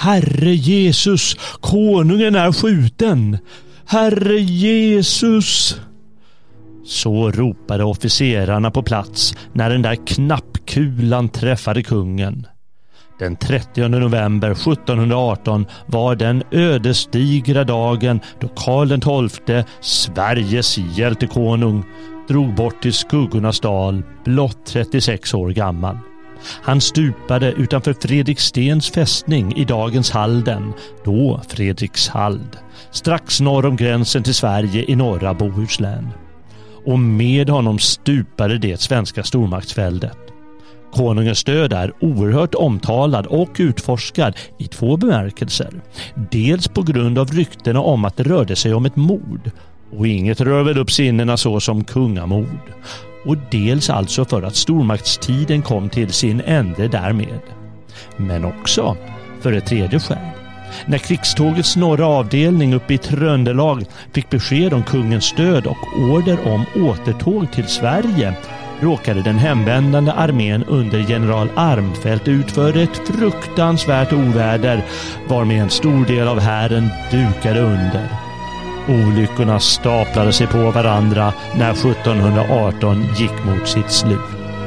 Herre Jesus, konungen är skjuten! Herre Jesus! Så ropade officerarna på plats när den där knappkulan träffade kungen. Den 30 november 1718 var den ödesdigra dagen då Karl XII, Sveriges hjältekonung, drog bort till skuggornas dal, blott 36 år gammal. Han stupade utanför Fredrikstens fästning i dagens Halden, då Fredrikshald, strax norr om gränsen till Sverige i norra Bohuslän. Och med honom stupade det svenska stormaktsväldet. Konungens död är oerhört omtalad och utforskad i två bemärkelser. Dels på grund av ryktena om att det rörde sig om ett mord, och inget rör väl upp sinnena så som kungamord. Och dels alltså för att stormaktstiden kom till sin ände därmed. Men också för ett tredje skäl. När krigstågets norra avdelning uppe i Tröndelag fick besked om kungens död och order om återtåg till Sverige, råkade den hemvändande armén under general Armfelt ut för ett fruktansvärt oväder, varmed en stor del av hären dukade under. Olyckorna staplade sig på varandra när 1718 gick mot sitt slut.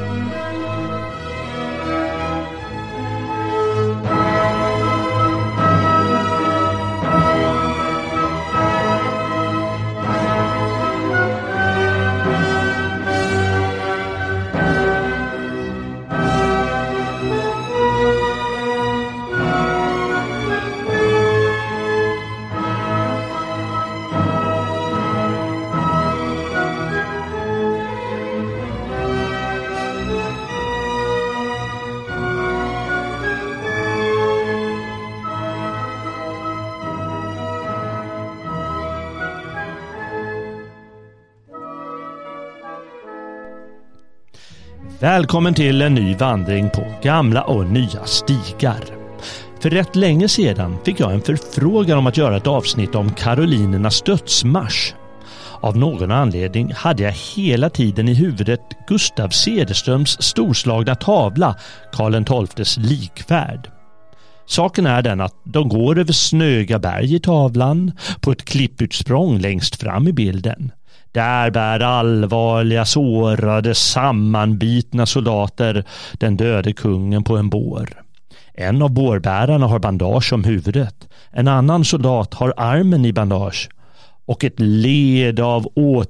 Välkommen till en ny vandring på gamla och nya stigar. För rätt länge sedan fick jag en förfrågan om att göra ett avsnitt om Karolinernas dödsmarsch. Av någon anledning hade jag hela tiden i huvudet Gustav Cederströms storslagna tavla, Karl XII:s likfärd. Saken är den att de går över snöga berg i tavlan på ett klipputsprång längst fram i bilden. Där bär allvarliga, sårade, sammanbitna soldater den döde kungen på en bår. En av bårbärarna har bandage om huvudet. En annan soldat har armen i bandage. Och ett led av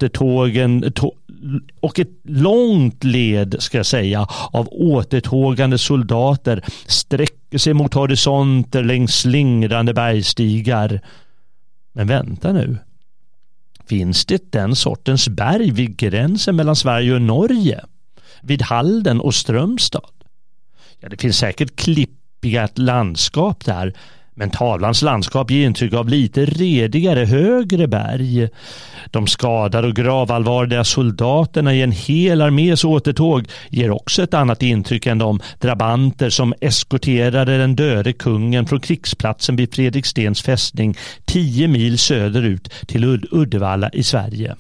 och ett långt led, ska jag säga, av återtågande soldater sträcker sig mot horisonter längs slingrande bergstigar. Men vänta nu. Finns det den sortens berg vid gränsen mellan Sverige och Norge? Vid Halden och Strömstad? Ja, det finns säkert klippiga landskap där, men tavlans landskap ger intryck av lite redigare, högre berg. De skadade och gravallvarliga soldaterna i en hel armés återtåg ger också ett annat intryck än de drabanter som eskorterade den döde kungen från krigsplatsen vid Fredrikstens fästning 10 mil söderut till Uddevalla i Sverige.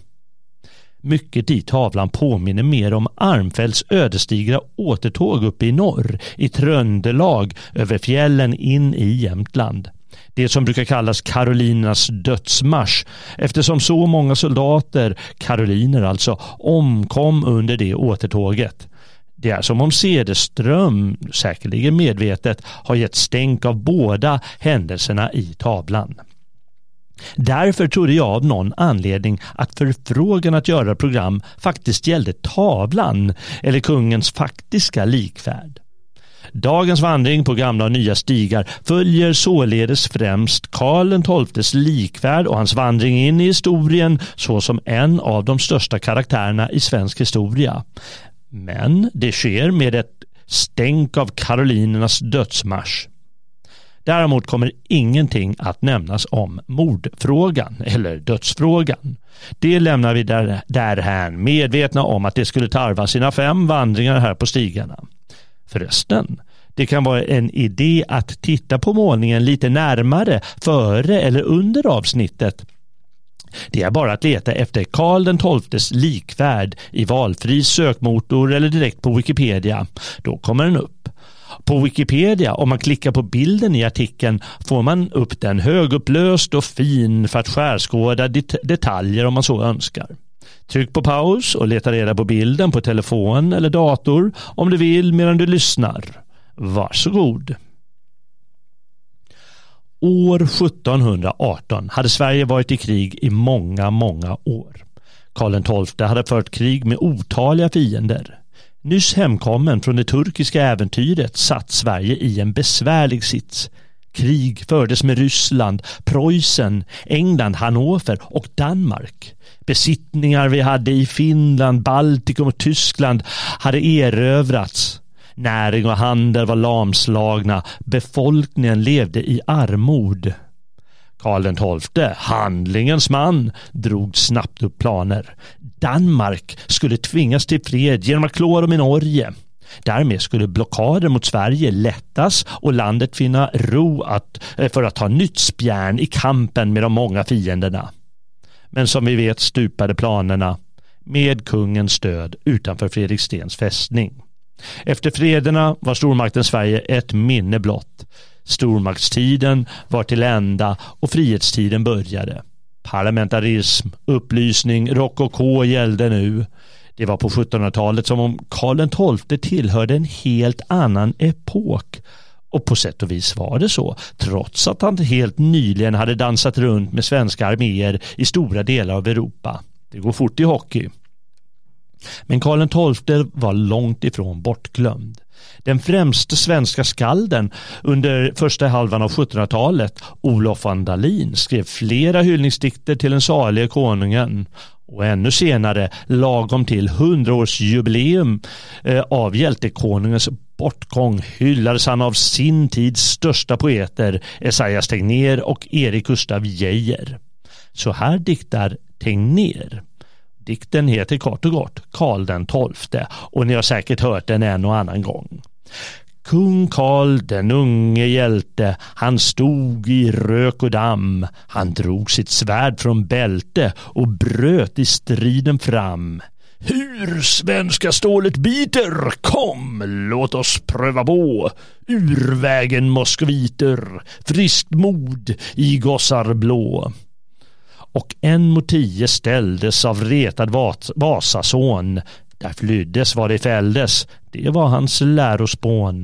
Mycket i tavlan påminner mer om Armfelts ödesdigra återtåg uppe i norr, i Tröndelag, över fjällen in i Jämtland. Det som brukar kallas Karolinernas dödsmarsch, eftersom så många soldater, karoliner alltså, omkom under det återtåget. Det är som om Cederström, säkerligen medvetet, har gett stänk av båda händelserna i tavlan. Därför trodde jag av någon anledning att förfrågan att göra program faktiskt gällde tavlan eller kungens faktiska likfärd. Dagens vandring på gamla och nya stigar följer således främst Karl XII:s likfärd och hans vandring in i historien såsom en av de största karaktärerna i svensk historia. Men det sker med ett stänk av Karolinernas dödsmarsch. Däremot kommer ingenting att nämnas om mordfrågan eller dödsfrågan. Det lämnar vi därhän, medvetna om att det skulle tarva sina 5 vandringar här på stigarna. Förresten, det kan vara en idé att titta på målningen lite närmare före eller under avsnittet. Det är bara att leta efter Karl XII:s likfärd i valfri sökmotor eller direkt på Wikipedia. Då kommer den upp. På Wikipedia, om man klickar på bilden i artikeln, får man upp den högupplöst och fin för att skärskåda detaljer om man så önskar. Tryck på paus och leta reda på bilden på telefon eller dator om du vill medan du lyssnar. Varsågod. År 1718 hade Sverige varit i krig i många år. Karl XII hade fört krig med otaliga fiender. Nyss hemkommen från det turkiska äventyret satt Sverige i en besvärlig sits. Krig fördes med Ryssland, Preussen, England, Hannover och Danmark. Besittningar vi hade i Finland, Baltikum och Tyskland hade erövrats. Näring och handel var lamslagna. Befolkningen levde i armod. Karl XII, handlingens man, drog snabbt upp planer. Danmark skulle tvingas till fred genom att klå dem i Norge. Därmed skulle blockader mot Sverige lättas och landet finna ro för att ta nytt spjärn i kampen med de många fienderna. Men som vi vet stupade planerna med kungens stöd utanför Fredrikstens fästning. Efter frederna var stormakten Sverige ett minne blott. Stormaktstiden var till ända och frihetstiden började. Parlamentarism, upplysning, rokoko gällde nu. Det var på 1700-talet som om Karl XII tillhörde en helt annan epok. Och på sätt och vis var det så, trots att han helt nyligen hade dansat runt med svenska arméer i stora delar av Europa. Det går fort i hockey. Men Karl XII var långt ifrån bortglömd. Den främste svenska skalden under första halvan av 1700-talet, Olof van Dalin, skrev flera hyllningsdikter till den salige konungen. Och ännu senare, lagom till 100-årsjubileum av hjältekonungens bortgång, hyllades han av sin tids största poeter, Esaias Tegnér och Erik Gustaf Geijer. Så här diktar Tegnér. Dikten heter kort och gott Karl XII och ni har säkert hört den en och annan gång. Kung Karl den unge hjälte, han stod i rök och damm. Han drog sitt svärd från bälte och bröt i striden fram. Hur svenska stålet biter, kom, låt oss pröva på. Urvägen moskviter, friskt mod i gossar blå. Och 1-10 ställdes av retad Vasason. Där flyddes var det fälldes, det var hans lärospån.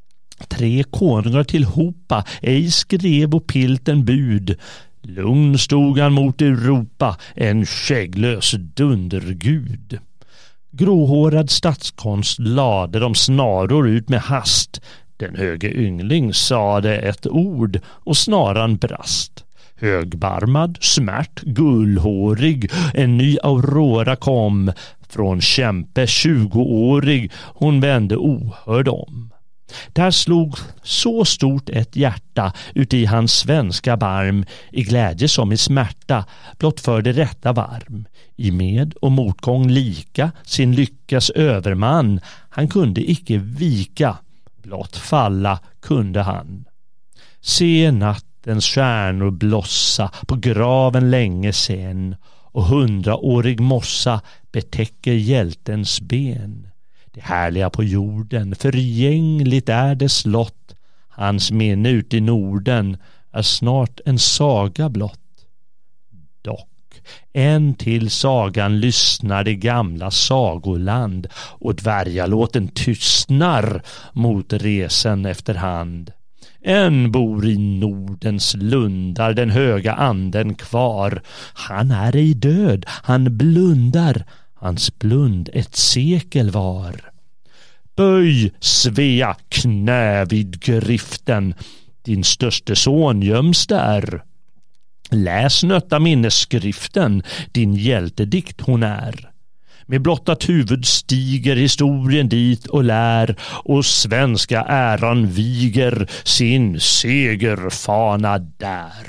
3 konungar tillhopa, ej skrev och pilten bud. Lugn stod han mot Europa, en skägglös dundergud. Gråhårad statskonst lade de snaror ut med hast. Den höge yngling sade ett ord och snaran brast. Högbarmad, smärt, gullhårig, en ny aurora kom. Från kämpe 20-årig, hon vände ohörd om. Där slog så stort ett hjärta ut i hans svenska barm, i glädje som i smärta, blott för det rätta varm. I med och motgång lika, sin lyckas överman, han kunde icke vika, blott falla kunde han. Se nattens stjärnor blossa på graven länge sen, och 100-årig mossa betäcker hjältens ben. Det härliga på jorden, förgängligt är det slott. Hans minne ut i Norden är snart en saga blott. Dock, en till sagan lyssnar det gamla sagoland, och dvärgalåten tystnar mot resen efterhand. En bor i Nordens lundar, den höga anden kvar. Han är ej död, han blundar, hans blund ett sekel var. Böj, Svea, knä vid griften, din störste son göms där. Läs nötta minnesskriften, din hjältedikt hon är. Med blottat huvud stiger historien dit och lär, och svenska äran viger sin segerfana där.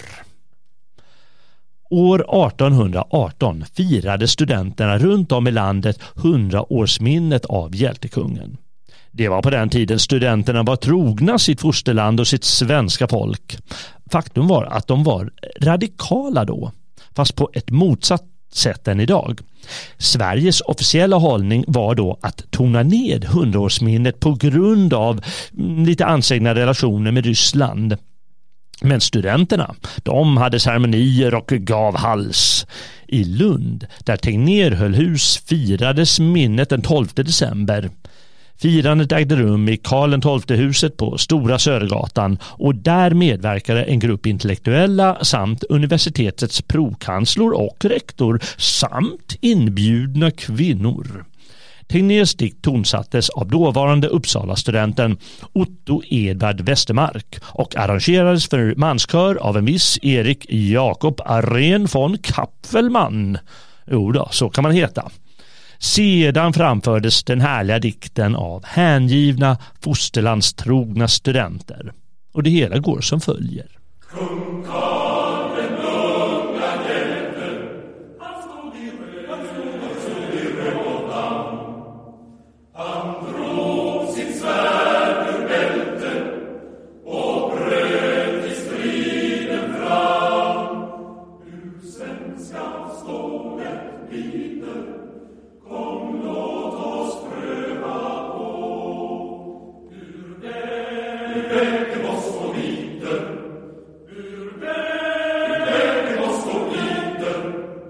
År 1818 firade studenterna runt om i landet 100-årsminnet av hjältekungen. Det var på den tiden studenterna var trogna sitt fosterland och sitt svenska folk. Faktum var att de var radikala då, fast på ett motsatt sätt än idag. Sveriges officiella hållning var då att tona ned 100-årsminnet på grund av lite ansträngda relationer med Ryssland. Men studenterna, de hade ceremonier och gav hals. I Lund, där Tegnér höll hus, firades minnet den 12 december. Firandet ägde rum i Karl XII-huset på Stora Södergatan och där medverkade en grupp intellektuella samt universitetets prokanslor och rektor samt inbjudna kvinnor. Tegnérs dikt tonsattes av dåvarande Uppsala-studenten Otto Edvard Westermark och arrangerades för manskör av en viss Erik Jakob Arén von Kapfellman. Jo då, så kan man heta. Sedan framfördes den härliga dikten av hängivna fosterlandstrogna studenter. Och det hela går som följer. Kung Karl den unga hjälten, han stod i rödan. Han drog sitt svärd ur bälten och bröt i striden fram. Ur svenska stålet biter, kom låt oss pröva på. Ur vägen oss och liter, ur vägen oss och liter.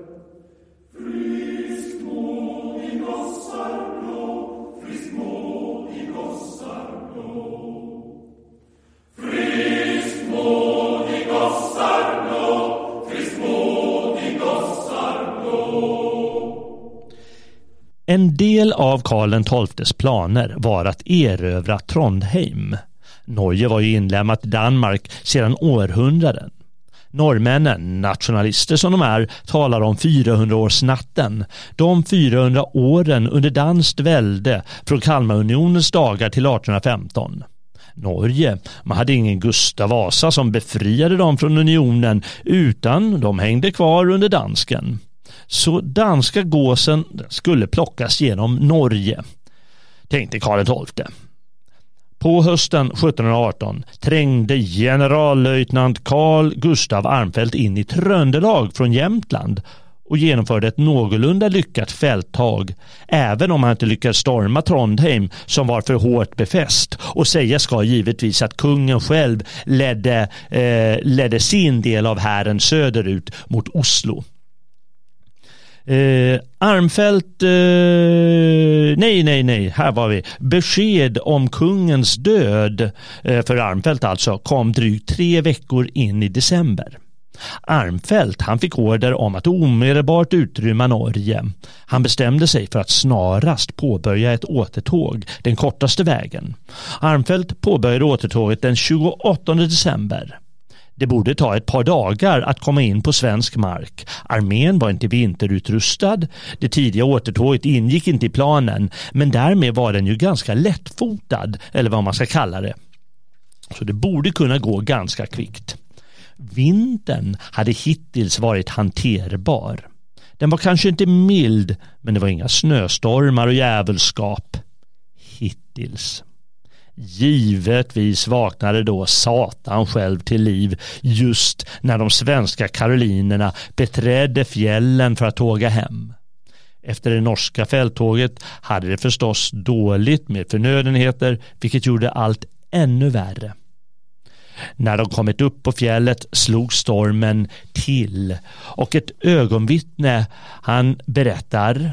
Friskt mod i gossar blå, friskt mod i gossar blå. Friskt mod i gossar blå, friskt mod i gossar blå. En del av Karl XII:s planer var att erövra Trondheim. Norge var ju inlämnat i Danmark sedan århundraden. Norrmännen, nationalister som de är, talar om 400-årsnatten. De 400 åren under danskt välde från Kalmarunionens dagar till 1815. Norge, man hade ingen Gustav Vasa som befriade dem från unionen, utan de hängde kvar under dansken. Så danska gåsen skulle plockas genom Norge, tänkte Karl XII. På hösten 1718 trängde generallöjtnant Carl Gustav Armfelt in i Tröndelag från Jämtland och genomförde ett någorlunda lyckat fälttag, även om han inte lyckades storma Trondheim som var för hårt befäst. Och säga ska givetvis att kungen själv ledde sin del av hären söderut mot Oslo. Armfelt nej, här var vi. Besked om kungens död för Armfelt alltså kom drygt 3 veckor in i december. Armfelt, han fick order om att omedelbart utrymma Norge. Han bestämde sig för att snarast påbörja ett återtåg, den kortaste vägen. Armfelt påbörjade återtåget den 28 december. Det borde ta ett par dagar att komma in på svensk mark. Armén var inte vinterutrustad. Det tidiga återtåget ingick inte i planen, men därmed var den ju ganska lättfotad, eller vad man ska kalla det. Så det borde kunna gå ganska kvickt. Vintern hade hittills varit hanterbar. Den var kanske inte mild, men det var inga snöstormar och djävulskap. Hittills. Givetvis vaknade då Satan själv till liv just när de svenska karolinerna beträdde fjällen för att tåga hem. Efter det norska fälttåget hade det förstås dåligt med förnödenheter, vilket gjorde allt ännu värre. När de kommit upp på fjället slog stormen till, och ett ögonvittne, han berättar: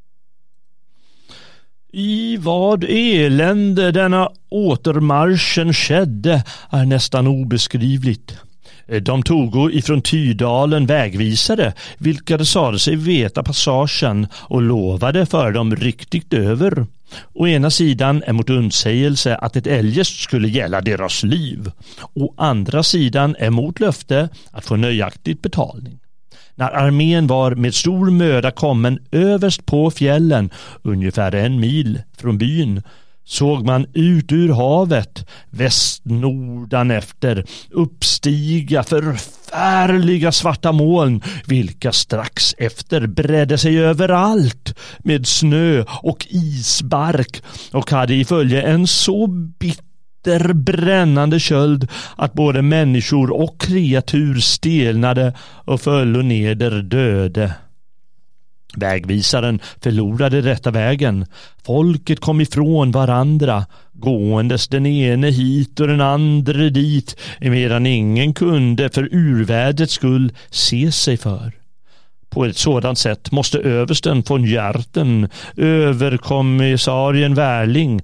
I vad elände denna återmarschen skedde är nästan obeskrivligt. De tog ifrån Tydalen vägvisare, vilka sade sig veta passagen och lovade för dem riktigt över. Å ena sidan emot undsägelse att det eljest skulle gälla deras liv, å andra sidan emot löfte att få nöjaktigt betalning. När armén var med stor möda kommen överst på fjällen, ungefär 1 mil från byn, såg man ut ur havet, västnordan efter, uppstiga förfärliga svarta moln, vilka strax efter bredde sig överallt med snö och isbark och hade i följe en så bitter brännande köld att både människor och kreatur stelnade och föll neder döde. Vägvisaren förlorade rätta vägen. Folket kom ifrån varandra, gåendes den ene hit och den andra dit, medan ingen kunde för urvädrets skull se sig för. På ett sådant sätt måste översten von Hjerten, överkommissarien Wärling,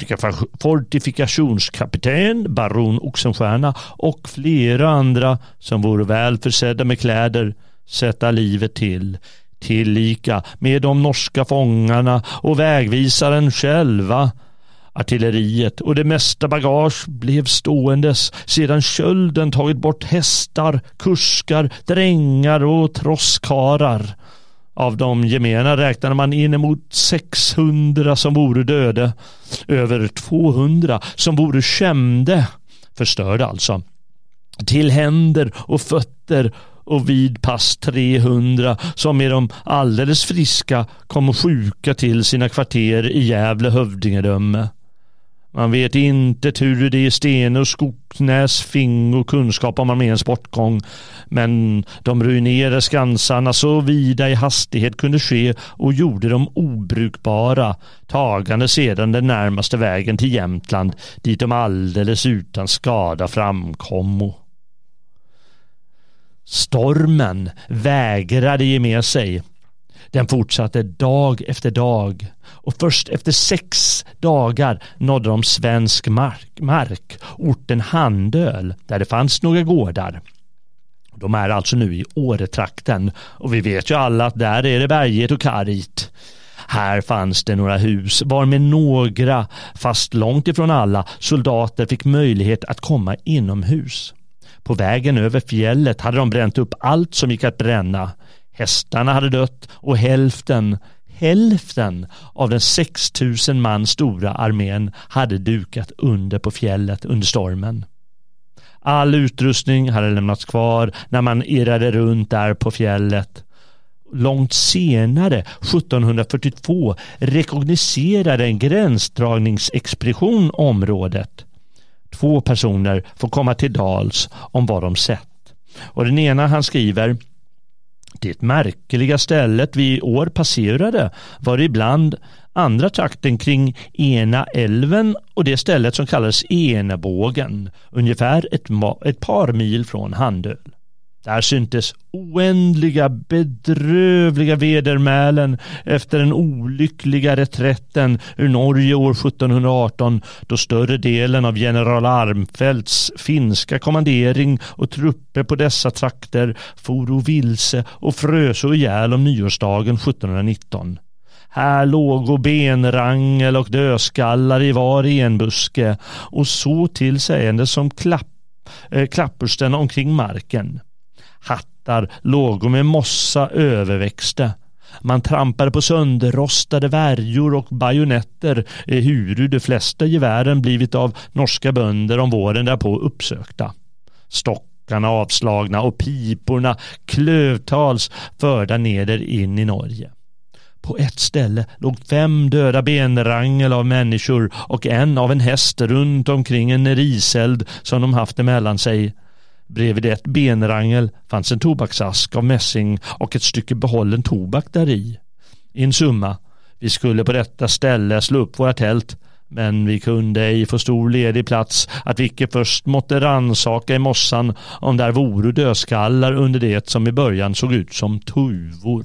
fortifikationskapten baron Oxenstierna och flera andra som vore väl försedda med kläder sätta livet till, tillika med de norska fångarna och vägvisaren själva. Artilleriet och det mesta bagage blev ståendes sedan kölden tagit bort hästar, kuskar, drängar och trosskarar. Av de gemena räknade man in emot 600 som vore döde, över 200 som vore skämde, förstörda alltså, till händer och fötter, och vid pass 300 som med de alldeles friska kom sjuka till sina kvarter i Gävle hövdingedöme. Man vet inte hur det är Sten och Skognäs fing och kunskap om arméns bortgång, men de ruinerade skansarna så vida i hastighet kunde ske och gjorde dem obrukbara, tagande sedan den närmaste vägen till Jämtland, dit de alldeles utan skada framkommo. Stormen vägrade ge med sig. Den fortsatte dag efter dag, och först efter 6 dagar nådde de svensk mark, orten Handöl, där det fanns några gårdar. De är alltså nu i Åretrakten, och vi vet ju alla att där är det berget och kargt. Här fanns det några hus var med några, fast långt ifrån alla, soldater fick möjlighet att komma inomhus. På vägen över fjället hade de bränt upp allt som gick att bränna. Hästarna hade dött och hälften av den 6 000 man stora armén hade dukat under på fjället under stormen. All utrustning hade lämnats kvar när man irrade runt där på fjället. Långt senare, 1742, rekognoserade en gränsdragningsexpedition området. 2 personer får komma till Dals om vad de sett. Och den ena, han skriver: det märkliga stället vi i år passerade var ibland andra trakten kring Ena älven och det stället som kallades Enebågen, ungefär ett par mil från Handöl. Där syntes oändliga, bedrövliga vedermälen efter den olyckliga reträtten ur Norge år 1718, då större delen av general Armfeldts finska kommandering och trupper på dessa trakter foro vilse och fröso ihjäl om nyårsdagen 1719. Här låg och benrangel och dödskallar i var enbuske och så tillsägande som klappersten omkring marken. Hattar låg med mossa överväxte. Man trampade på sönderrostade värjor och bajonetter, huru de flesta gevären blivit av norska bönder om våren därpå uppsökta. Stockarna avslagna och piporna klövtals förda neder in i Norge. På ett ställe låg 5 döda benrangel av människor och en av en häst runt omkring en riseld som de haft emellan sig. Bredvid ett benrangel fanns en tobaksask av mässing och ett stycke behållen tobak däri. I en summa, vi skulle på detta ställe slå upp våra tält, men vi kunde ej få stor ledig plats att vi icke först måtte ransaka i mossan om där vore dödskallar under det som i början såg ut som tuvor.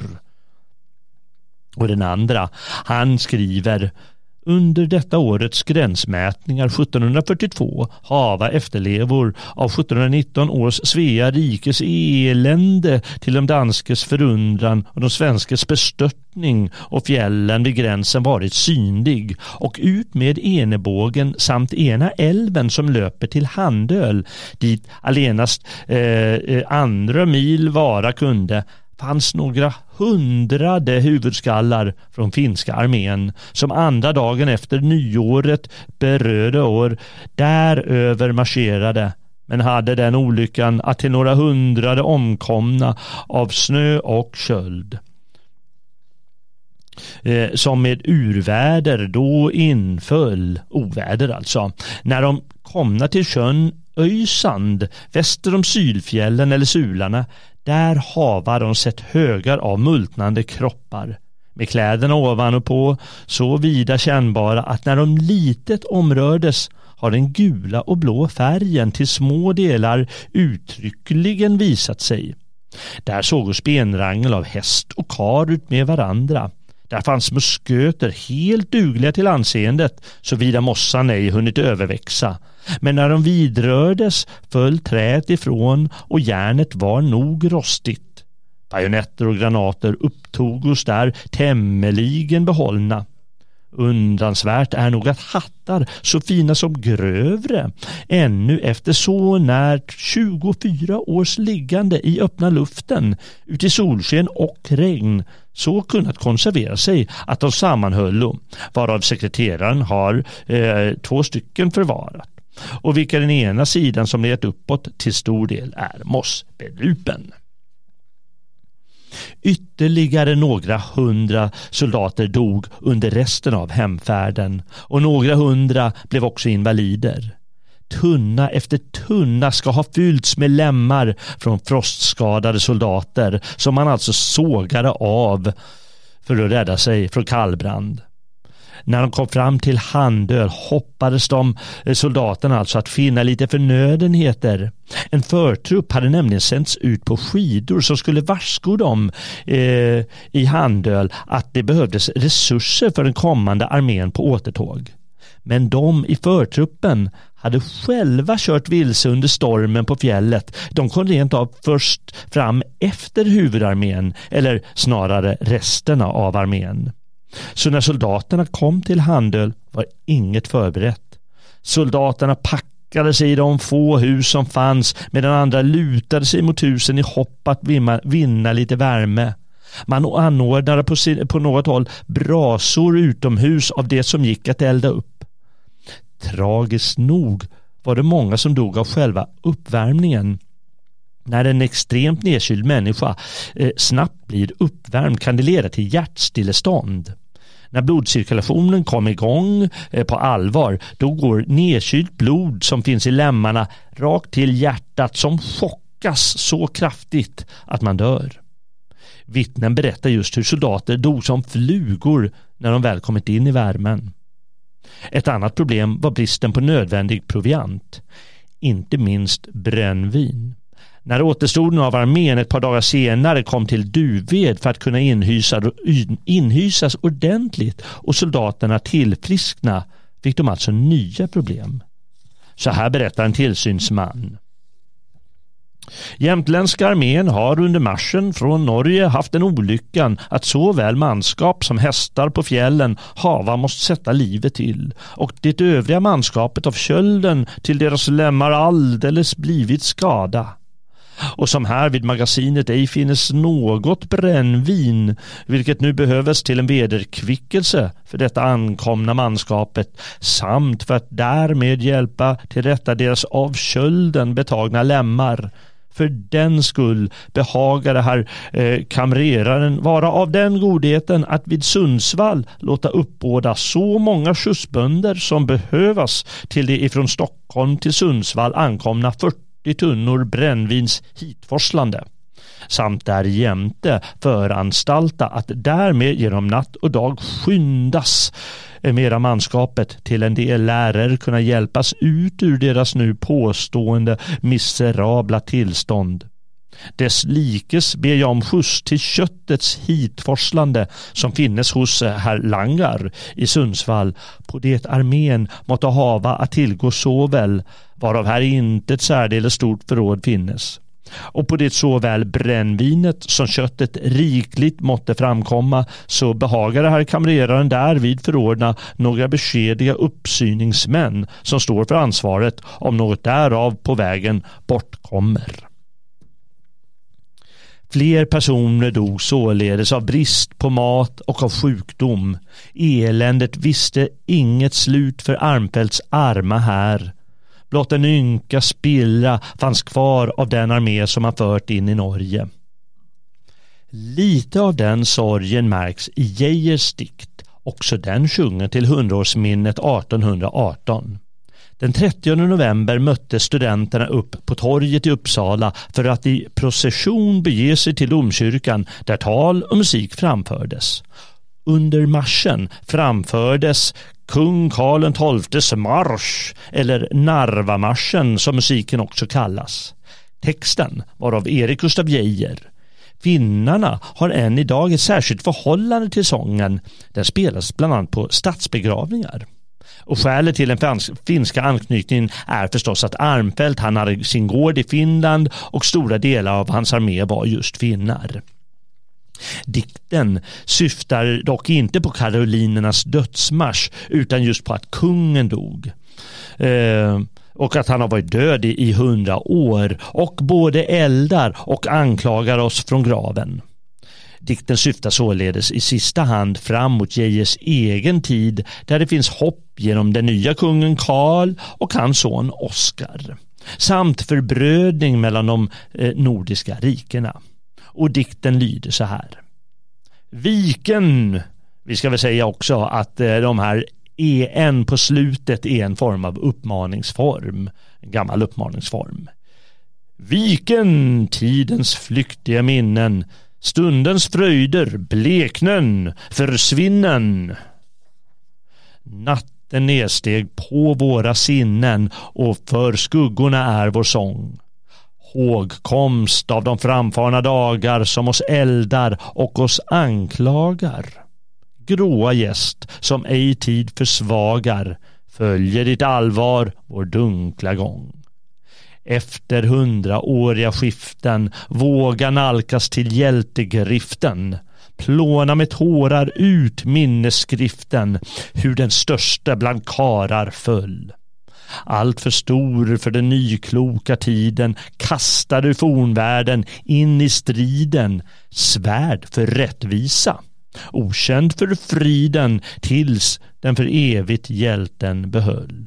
Och den andra, han skriver: under detta årets gränsmätningar 1742 hava efterlevor av 1719 års Svea rikes elände till de danskes förundran och de svenskes bestörtning och fjällen vid gränsen varit synlig och ut med Enebågen samt Ena älven som löper till Handöl dit allenast 2 mil vara kunde fanns några 100 huvudskallar från finska armén som andra dagen efter nyåret berörde år däröver marscherade, men hade den olyckan att till några 100 omkomna av snö och köld. Som med urväder då inföll, oväder alltså, när de komna till sjön Öjsand väster om Sylfjällen eller Sularna, Där hava de sett högar av multnande kroppar, med kläderna ovan och på så vida kännbara att när de litet omrördes har den gula och blå färgen till små delar uttryckligen visat sig. Där såg benrangel av häst och kar ut med varandra. Där fanns musköter helt dugliga till anseendet, såvida mossan ej hunnit överväxa. Men när de vidrördes föll träet ifrån och järnet var nog rostigt. Bajonetter och granater upptogos där tämligen behållna. Undransvärt är nog att hattar så fina som grövre ännu efter så när 24 års liggande i öppna luften ut i solsken och regn så kunnat konservera sig att de sammanhöllo, varav sekreteraren har 2 stycken förvarat, och vilka den ena sidan som lett uppåt till stor del är mossbelupen. Ytterligare några 100 soldater dog under resten av hemfärden och några 100 blev också invalider. Tunna efter tunna ska ha fyllts med lemmar från frostskadade soldater som man alltså sågade av för att rädda sig från kallbrand. När de kom fram till Handöl hoppades de soldaterna alltså att finna lite förnödenheter. En förtrupp hade nämligen sänts ut på skidor som skulle varsko dem i Handöl att det behövdes resurser för den kommande armén på återtåg. Men de i förtruppen hade själva kört vilse under stormen på fjället. De kom rent av först fram efter huvudarmén, eller snarare resterna av armén. Så när soldaterna kom till Handöl var inget förberett. Soldaterna packade sig i de få hus som fanns medan andra lutade sig mot husen i hopp att vinna lite värme. Man anordnade på något håll brasor utomhus av det som gick att elda upp. Tragiskt nog var det många som dog av själva uppvärmningen. När en extremt nedkyld människa snabbt blir uppvärmd kan det leda till hjärtstillestånd. När blodcirkulationen kom igång på allvar, då går nedkylt blod som finns i lemmarna rakt till hjärtat som chockas så kraftigt att man dör. Vittnen berättar just hur soldater dog som flugor när de väl kommit in i värmen. Ett annat problem var bristen på nödvändig proviant, inte minst brännvin. När återstoden av armén ett par dagar senare kom till Duved för att kunna inhysas ordentligt och soldaterna tillfriskna fick de alltså nya problem. Så här berättar en tillsynsman. Jämtländska armén har under marschen från Norge haft den olyckan att såväl manskap som hästar på fjällen hava måste sätta livet till och det övriga manskapet av kölden till deras lemmar alldeles blivit skada. Och som här vid magasinet ej finnes något brännvin, vilket nu behövs till en vederkvickelse för detta ankomna manskapet, samt för att därmed hjälpa till rätta deras av kölden betagna lemmar. För den skull behagade här kamreraren vara av den godheten att vid Sundsvall låta uppbåda så många skjutsbönder som behövas till det ifrån Stockholm till Sundsvall ankomna 40 tunnor brännvins hitforslande, samt därjämte föranstalta att därmed genom natt och dag skyndas mera manskapet till en del lärare kunna hjälpas ut ur deras nu påstående miserabla tillstånd. Dess likes ber jag om skjuts till köttets hitforslande som finnes hos herr Langar i Sundsvall, på det armén måtte hava att tillgå såväl, varav här inte ett särdeles stort förråd finnes. Och på det såväl brännvinet som köttet rikligt måtte framkomma, så behagade herr kamreraren därvid förordna några beskedliga uppsyningsmän som står för ansvaret om något därav på vägen bortkommer. Fler personer dog således av brist på mat och av sjukdom. Eländet visste inget slut för Armfeldts arma här. Blott en ynka spillra fanns kvar av den armé som han fört in i Norge. Lite av den sorgen märks i Geijers dikt, också den sjungen till 100-årsminnet 1818. Den 30 november mötte studenterna upp på torget i Uppsala för att i procession bege sig till domkyrkan där tal och musik framfördes. Under marschen framfördes kung Karl XII:s marsch, eller Narvamarschen som musiken också kallas. Texten var av Erik Gustaf Geijer. Finnarna har än idag ett särskilt förhållande till sången. Den spelas bland annat på statsbegravningar. Och skälet till den finska anknytningen är förstås att Armfelt, han hade sin gård i Finland och stora delar av hans armé var just finnar. Dikten syftar dock inte på karolinernas dödsmarsch utan just på att kungen dog. Och att han har varit död i 100 år och både eldar och anklagar oss från graven. Dikten syftar således i sista hand fram mot Geijers egen tid där det finns hopp genom den nya kungen Karl och hans son Oskar samt förbrödning mellan de nordiska rikena. Och dikten lyder så här. Viken, vi ska väl säga också att de här en på slutet är en form av uppmaningsform, en gammal uppmaningsform. Viken, tidens flyktiga minnen, stundens fröjder, bleknen, försvinnen. Natten nedsteg på våra sinnen och för skuggorna är vår sång. Hågkomst av de framfarna dagar som oss eldar och oss anklagar. Gråa gäst som ej tid försvagar följer ditt allvar vår dunkla gång. Efter 100-åriga skiften våga nalkas till hjältegriften. Plåna med tårar ut minnesskriften hur den största bland karar föll. Allt för stor för den nykloka tiden kastade du fornvärlden in i striden, svärd för rättvisa, okänd för friden tills den för evigt hjälten behöll.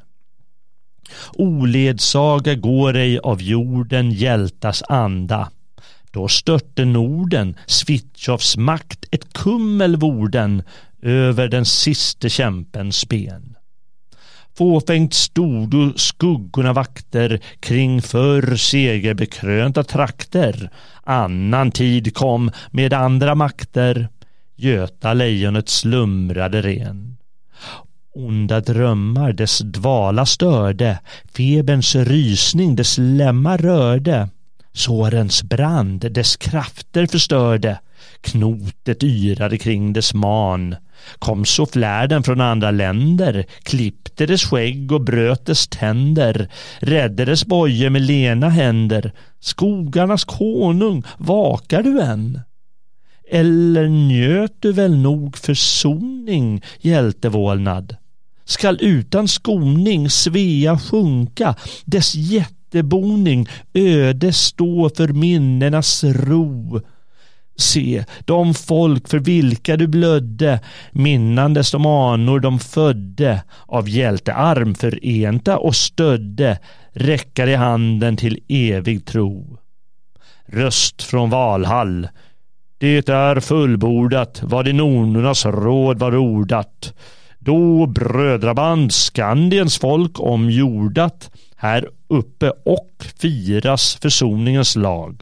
Oledsaga går ej av jorden hjältas anda. Då störte Norden Svitjovs makt ett kummel vorden över den siste kämpens spen. Fåfängt stod och skuggorna vakter kring förr segerbekrönta trakter. Annan tid kom med andra makter. Göta lejonet slumrade ren. Onda drömmar dess dvala störde, feberns rysning dess lemmar rörde. Sårens brand dess krafter förstörde, knotet yrade kring dess man. Kom så flärden från andra länder, klippte dess skägg och bröt dess tänder, räddade dess bojor med lena händer. Skogarnas konung, vakar du än? Eller njöt du väl nog försoning, hjältevålnad? Skall utan skoning Svea sjunka, dess jätteboning öde stå för minnenas ro. Se, de folk för vilka du blödde, minnandes de anor de födde, av hjältearm förenta och stödde, räckar i handen till evig tro. Röst från Valhall, det är fullbordat vad i nornornas råd var ordat. Då brödraband Skandiens folk omjordat här uppe och firas försoningens lag.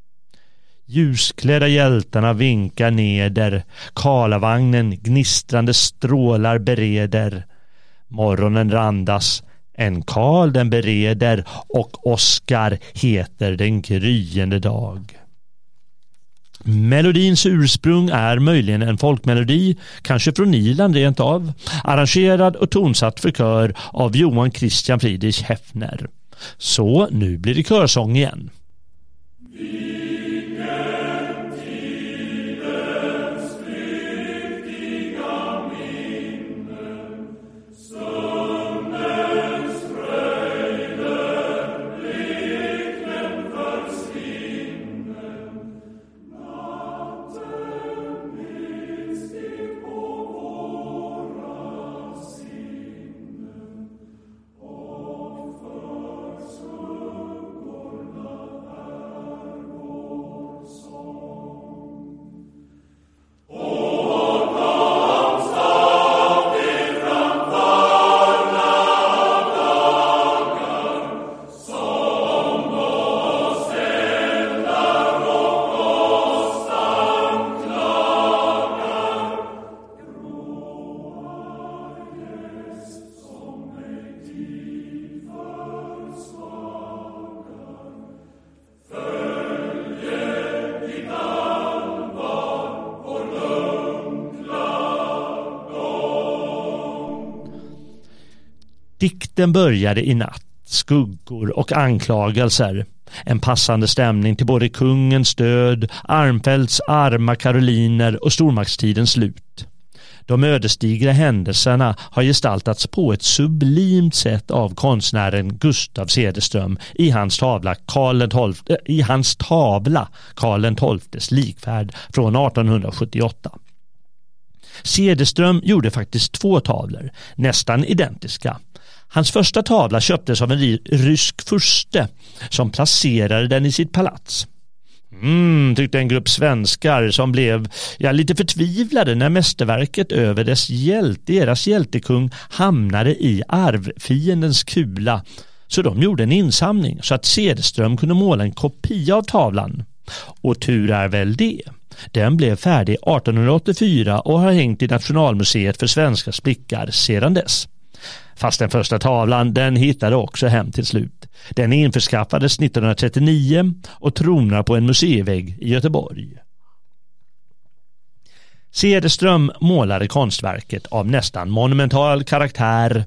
Ljusklädda hjältarna vinkar neder, Karlavagnen gnistrande strålar bereder. Morgonen randas, en Karl den bereder och Oskar heter den gryende dag. Melodins ursprung är möjligen en folkmelodi, kanske från Irland rent av, arrangerad och tonsatt för kör av Johan Christian Friedrich Häfner. Så nu blir det körsång igen. Dikten började i natt, skuggor och anklagelser. En passande stämning till både kungens död, Armfeldts arma karoliner och stormaktstidens slut. De ödesdigra händelserna har gestaltats på ett sublimt sätt av konstnären Gustav Cederström i hans tavla Karl XII:s likfärd från 1878. Cederström gjorde faktiskt 2 tavlor, nästan identiska. Hans första tavla köptes av en rysk furste som placerade den i sitt palats. Tyckte en grupp svenskar som blev lite förtvivlade när mästerverket över deras hjältekung hamnade i arvfiendens kula. Så de gjorde en insamling så att Cederström kunde måla en kopia av tavlan. Och tur är väl det. Den blev färdig 1884 och har hängt i Nationalmuseet för svenska blickar sedan dess. Fast den första tavlan, den hittade också hem till slut. Den införskaffades 1939 och tronar på en museivägg i Göteborg. Cederström målade konstverket av nästan monumental karaktär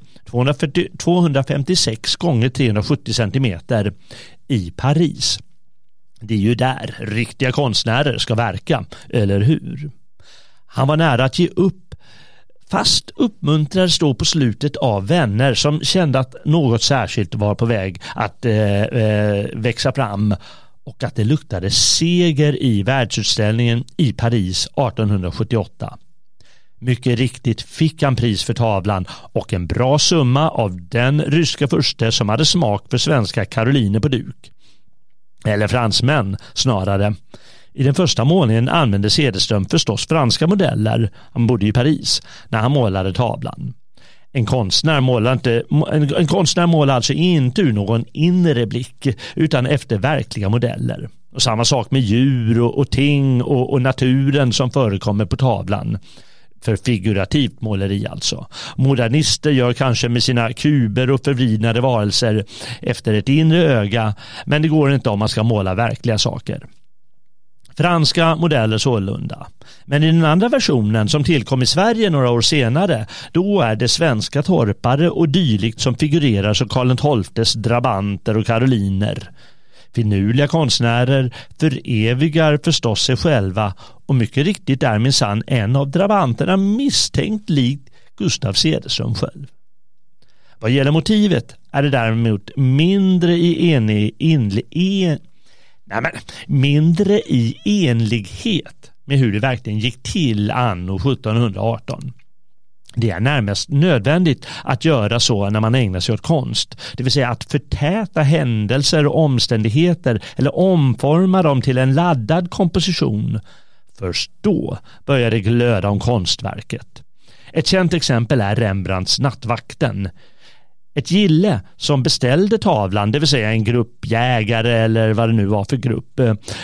256 x 370 cm i Paris. Det är ju där riktiga konstnärer ska verka, eller hur? Han var nära att ge upp, fast uppmuntrades då på slutet av vänner som kände att något särskilt var på väg att växa fram och att det luktade seger i världsutställningen i Paris 1878. Mycket riktigt fick han pris för tavlan och en bra summa av den ryska furste som hade smak för svenska karoliner på duk. Eller fransmän snarare. I den första målningen använde Cederström förstås franska modeller, han bodde i Paris, när han målade tavlan. En konstnär målar alltså inte ur någon inre blick utan efter verkliga modeller. Och samma sak med djur och ting och naturen som förekommer på tavlan. För figurativt måleri alltså. Modernister gör kanske med sina kuber och förvridnade varelser efter ett inre öga, men det går inte om man ska måla verkliga saker. Franska modeller sålunda. Men i den andra versionen som tillkom i Sverige några år senare, då är det svenska torpare och dylikt som figurerar som Karl XII:s drabanter och karoliner. Finurliga konstnärer förevigar förstås sig själva och mycket riktigt är minsann en av drabanterna misstänkt likt Gustav Cederström själv. Vad gäller motivet är det däremot mindre i enlighet med hur det verkligen gick till anno 1718. Det är närmast nödvändigt att göra så när man ägnar sig åt konst, det vill säga att förtäta händelser och omständigheter eller omforma dem till en laddad komposition. Först då börjar det glöda om konstverket. Ett känt exempel är Rembrandts Nattvakten. Ett gille som beställde tavlan, det vill säga en grupp jägare eller vad det nu var för grupp,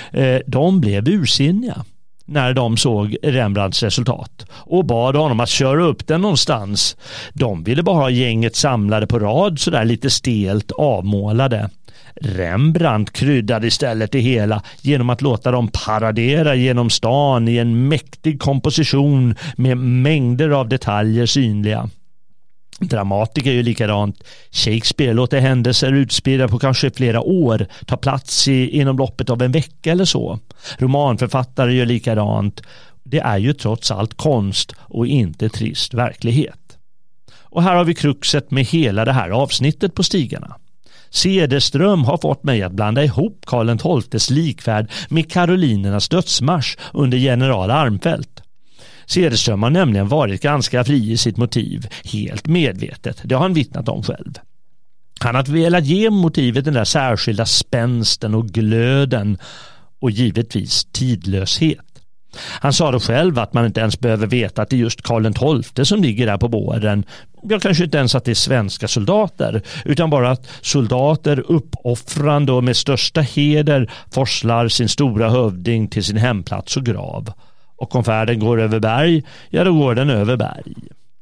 de blev ursinniga när de såg Rembrandts resultat och bad honom att köra upp den någonstans. De ville bara ha gänget samlade på rad så där lite stelt avmålade. Rembrandt kryddade istället det hela genom att låta dem paradera genom stan i en mäktig komposition med mängder av detaljer synliga. Dramatiker är ju likadant. Shakespeare låter händelser utspridda på kanske flera år ta plats inom loppet av en vecka eller så. Romanförfattare gör likadant. Det är ju trots allt konst och inte trist verklighet. Och här har vi kruxet med hela det här avsnittet på stigarna. Cederström har fått mig att blanda ihop Karl XII:s likfärd med karolinernas dödsmarsch under general Armfeldt. Cederström har nämligen varit ganska fri i sitt motiv, helt medvetet. Det har han vittnat om själv. Han har velat ge motivet den där särskilda spänsten och glöden och givetvis tidlöshet. Han sa då själv att man inte ens behöver veta att det är just Karl XII som ligger där på båren. Jag kanske inte ens att det är svenska soldater, utan bara att soldater uppoffrande och med största heder forslar sin stora hövding till sin hemplats och grav. Och om färden går över berg, ja då går den över berg.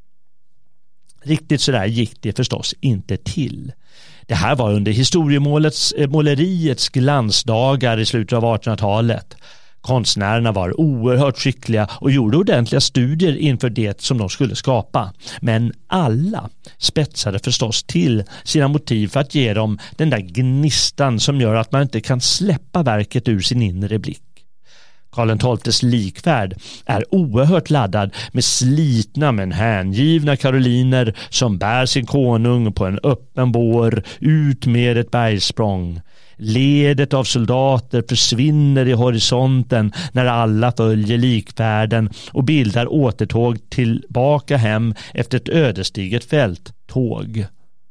Riktigt så där gick det förstås inte till. Det här var under historiemåleriets glansdagar i slutet av 1800-talet. Konstnärerna var oerhört skickliga och gjorde ordentliga studier inför det som de skulle skapa. Men alla spetsade förstås till sina motiv för att ge dem den där gnistan som gör att man inte kan släppa verket ur sin inre blick. Karl XII:s likfärd är oerhört laddad med slitna men hängivna karoliner som bär sin konung på en öppen bår ut med ett bergsprång. Ledet av soldater försvinner i horisonten när alla följer likfärden och bildar återtåg tillbaka hem efter ett ödesdigert fälttåg.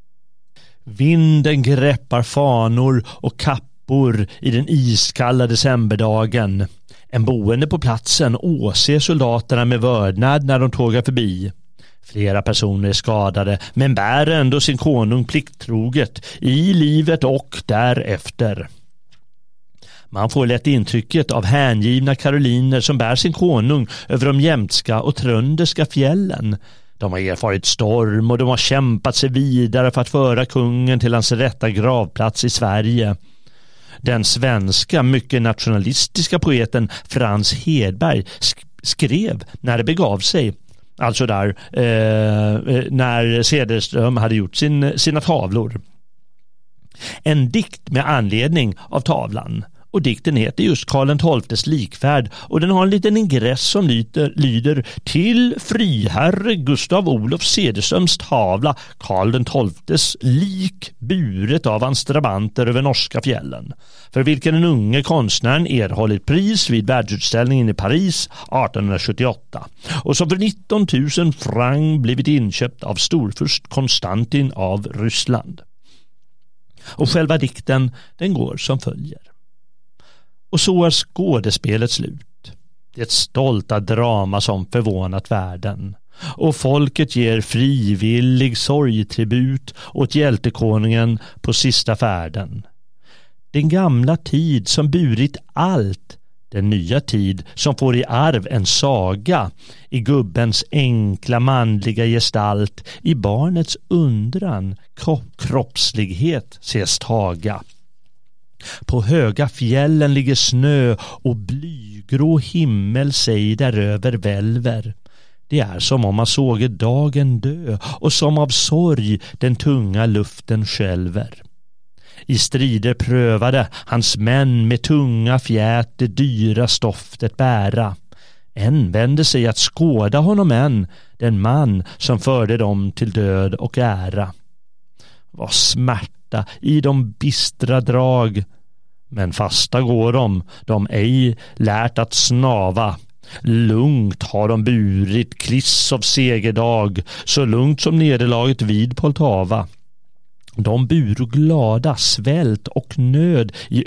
Vinden greppar fanor och kappor i den iskalla decemberdagen. En boende på platsen åser soldaterna med vördnad när de tågar förbi. Flera personer är skadade men bär ändå sin konung plikttroget i livet och därefter. Man får lätt intrycket av hängivna karoliner som bär sin konung över de jämtska och trönderska fjällen. De har erfarit storm och de har kämpat sig vidare för att föra kungen till hans rätta gravplats i Sverige. Den svenska mycket nationalistiska poeten Frans Hedberg skrev när det begav sig, alltså där när Cederström hade gjort sina tavlor, en dikt med anledning av tavlan. Och dikten heter just Karl XII:s likfärd och den har en liten ingress som lyder till friherre Gustav Olof Cederströms tavla Karl XII:s lik buret av hans drabanter över norska fjällen, för vilken den unge konstnären erhållit pris vid världsutställningen i Paris 1878 och som för 19 000 franc blivit inköpt av storfurst Konstantin av Ryssland. Och själva dikten, den går som följer. Och så är skådespelet slut. Det är ett stolta drama som förvånat världen. Och folket ger frivillig sorgtribut åt hjältekonungen på sista färden. Den gamla tid som burit allt, den nya tid som får i arv en saga, i gubbens enkla manliga gestalt, i barnets undran, kroppslighet ses taga. På höga fjällen ligger snö och blygrå himmel sig däröver välver. Det är som om man såge dagen dö och som av sorg den tunga luften skälver. I strider prövade hans män med tunga fjät det dyra stoftet bära. En vände sig att skåda honom än, den man som förde dem till död och ära. Vad smärta i de bistra drag, men fasta går de ej lärt att snava. Lugnt har de burit kliss av segerdag, så lugnt som nederlaget vid Poltava. De buro glada svält och nöd i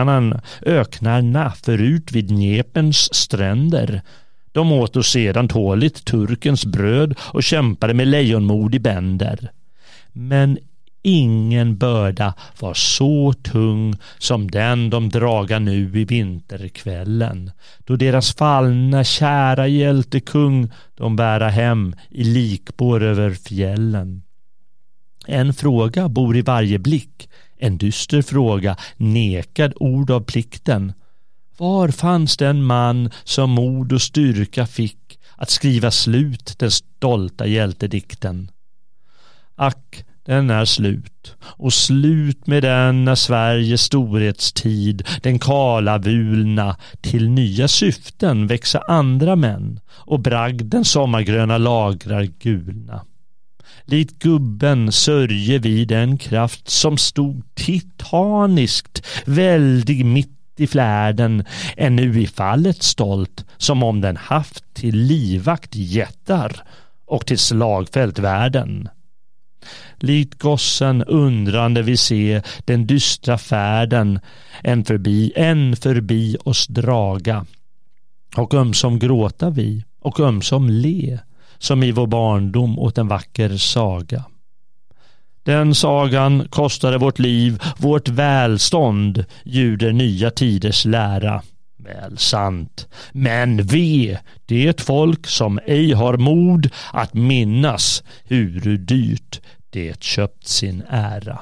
öknarna förut vid Dnepens stränder. De åt och sedan tåligt turkens bröd och kämpade med lejonmod i bänder. Men ingen börda var så tung som den de draga nu i vinterkvällen, då deras fallna kära hjältekung de bära hem i likbår över fjällen. En fråga bor i varje blick, en dyster fråga, nekad ord av plikten. Var fanns den man som mod och styrka fick att skriva slut den stolta hjältedikten? Ack, den är slut, och slut med den är Sveriges storhetstid, den kala vulna, till nya syften växa andra män, och bragden sommargröna lagrar gulna. Likt gubben sörjer vi den kraft som stod titaniskt väldig mitt i flärden, ännu i fallet stolt, som om den haft till livvakt jättar och till slagfält världen. Likt gossen undrande vi se den dystra färden en förbi oss draga, och ömsom gråta vi och ömsom le, som i vår barndom åt en vacker saga. Den sagan kostade vårt liv, vårt välstånd, ljuder nya tiders lära. Väl sant, men ve det folk som ej har mod att minnas hur dyrt det köpt sin ära.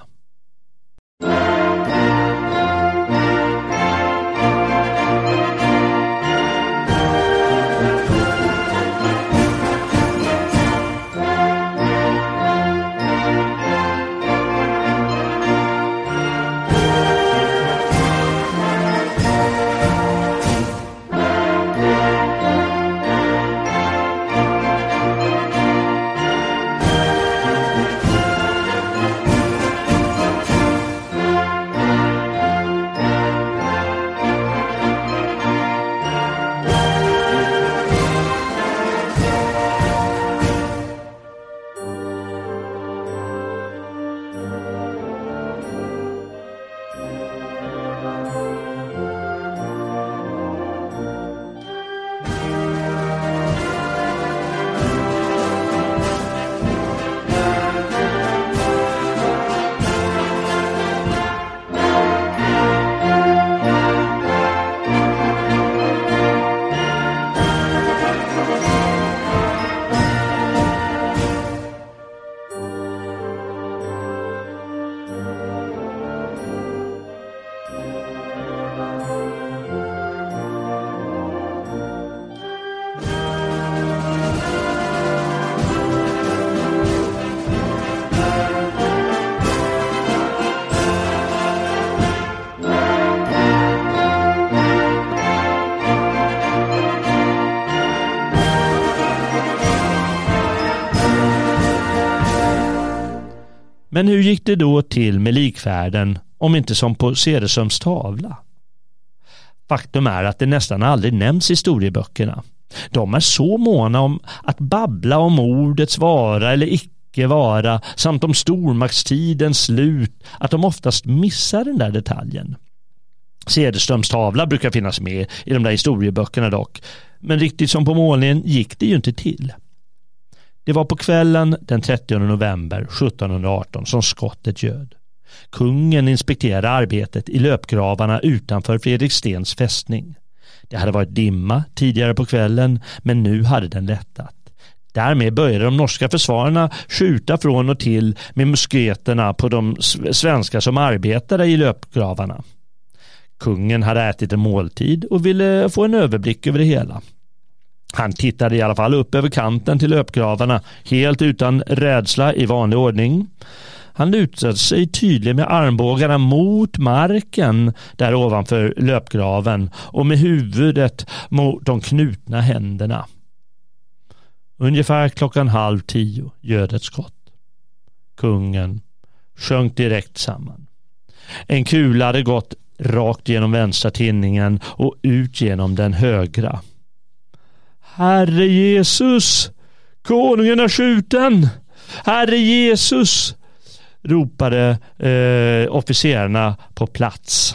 Men hur gick det då till med likfärden, om inte som på Cederströms tavla? Faktum är att det nästan aldrig nämns i historieböckerna. De är så måna om att babbla om ordets vara eller icke vara samt om stormaktstidens slut att de oftast missar den där detaljen. Cederströms tavla brukar finnas med i de där historieböckerna dock, men riktigt som på målningen gick det ju inte till. Det var på kvällen den 30 november 1718 som skottet ljöd. Kungen inspekterade arbetet i löpgravarna utanför Fredrikstens fästning. Det hade varit dimma tidigare på kvällen, men nu hade den lättat. Därmed började de norska försvararna skjuta från och till med musketerna på de svenskar som arbetade i löpgravarna. Kungen hade ätit en måltid och ville få en överblick över det hela. Han tittade i alla fall upp över kanten till löpgravarna, helt utan rädsla i vanlig ordning. Han lutade sig tydligt med armbågarna mot marken där ovanför löpgraven och med huvudet mot de knutna händerna. Ungefär 9:30 ljöd ett skott. Kungen sjönk direkt samman. En kula hade gått rakt genom vänstra tinningen och ut genom den högra. Herre Jesus! Konungen är skjuten! Herre Jesus! Ropade officerarna på plats.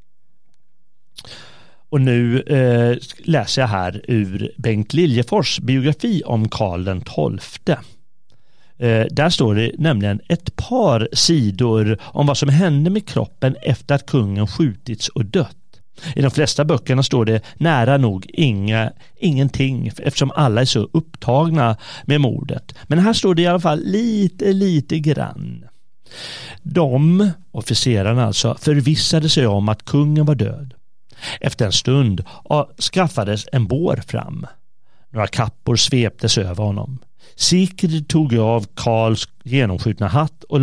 Och nu läser jag här ur Bengt Liljefors biografi om Karl den XII. Där står det nämligen ett par sidor om vad som hände med kroppen efter att kungen skjutits och dött. I de flesta böckerna står det nära nog ingenting eftersom alla är så upptagna med mordet. Men här står det i alla fall lite grann. De, officerarna alltså, förvissade sig om att kungen var död. Efter en stund skaffades en bår fram. Några kappor sveptes över honom. Sigrid tog av Karls genomskjutna hatt och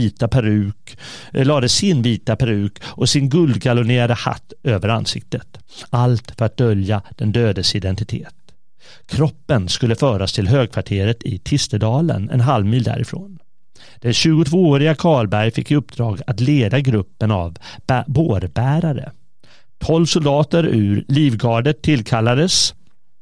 lade sin vita peruk och sin guldgallonerade hatt över ansiktet. Allt för att dölja den dödes identitet. Kroppen skulle föras till högkvarteret i Tistedalen, en halvmil därifrån. Den 22-åriga Karlberg fick i uppdrag att leda gruppen av bårbärare. 12 soldater ur livgardet tillkallades.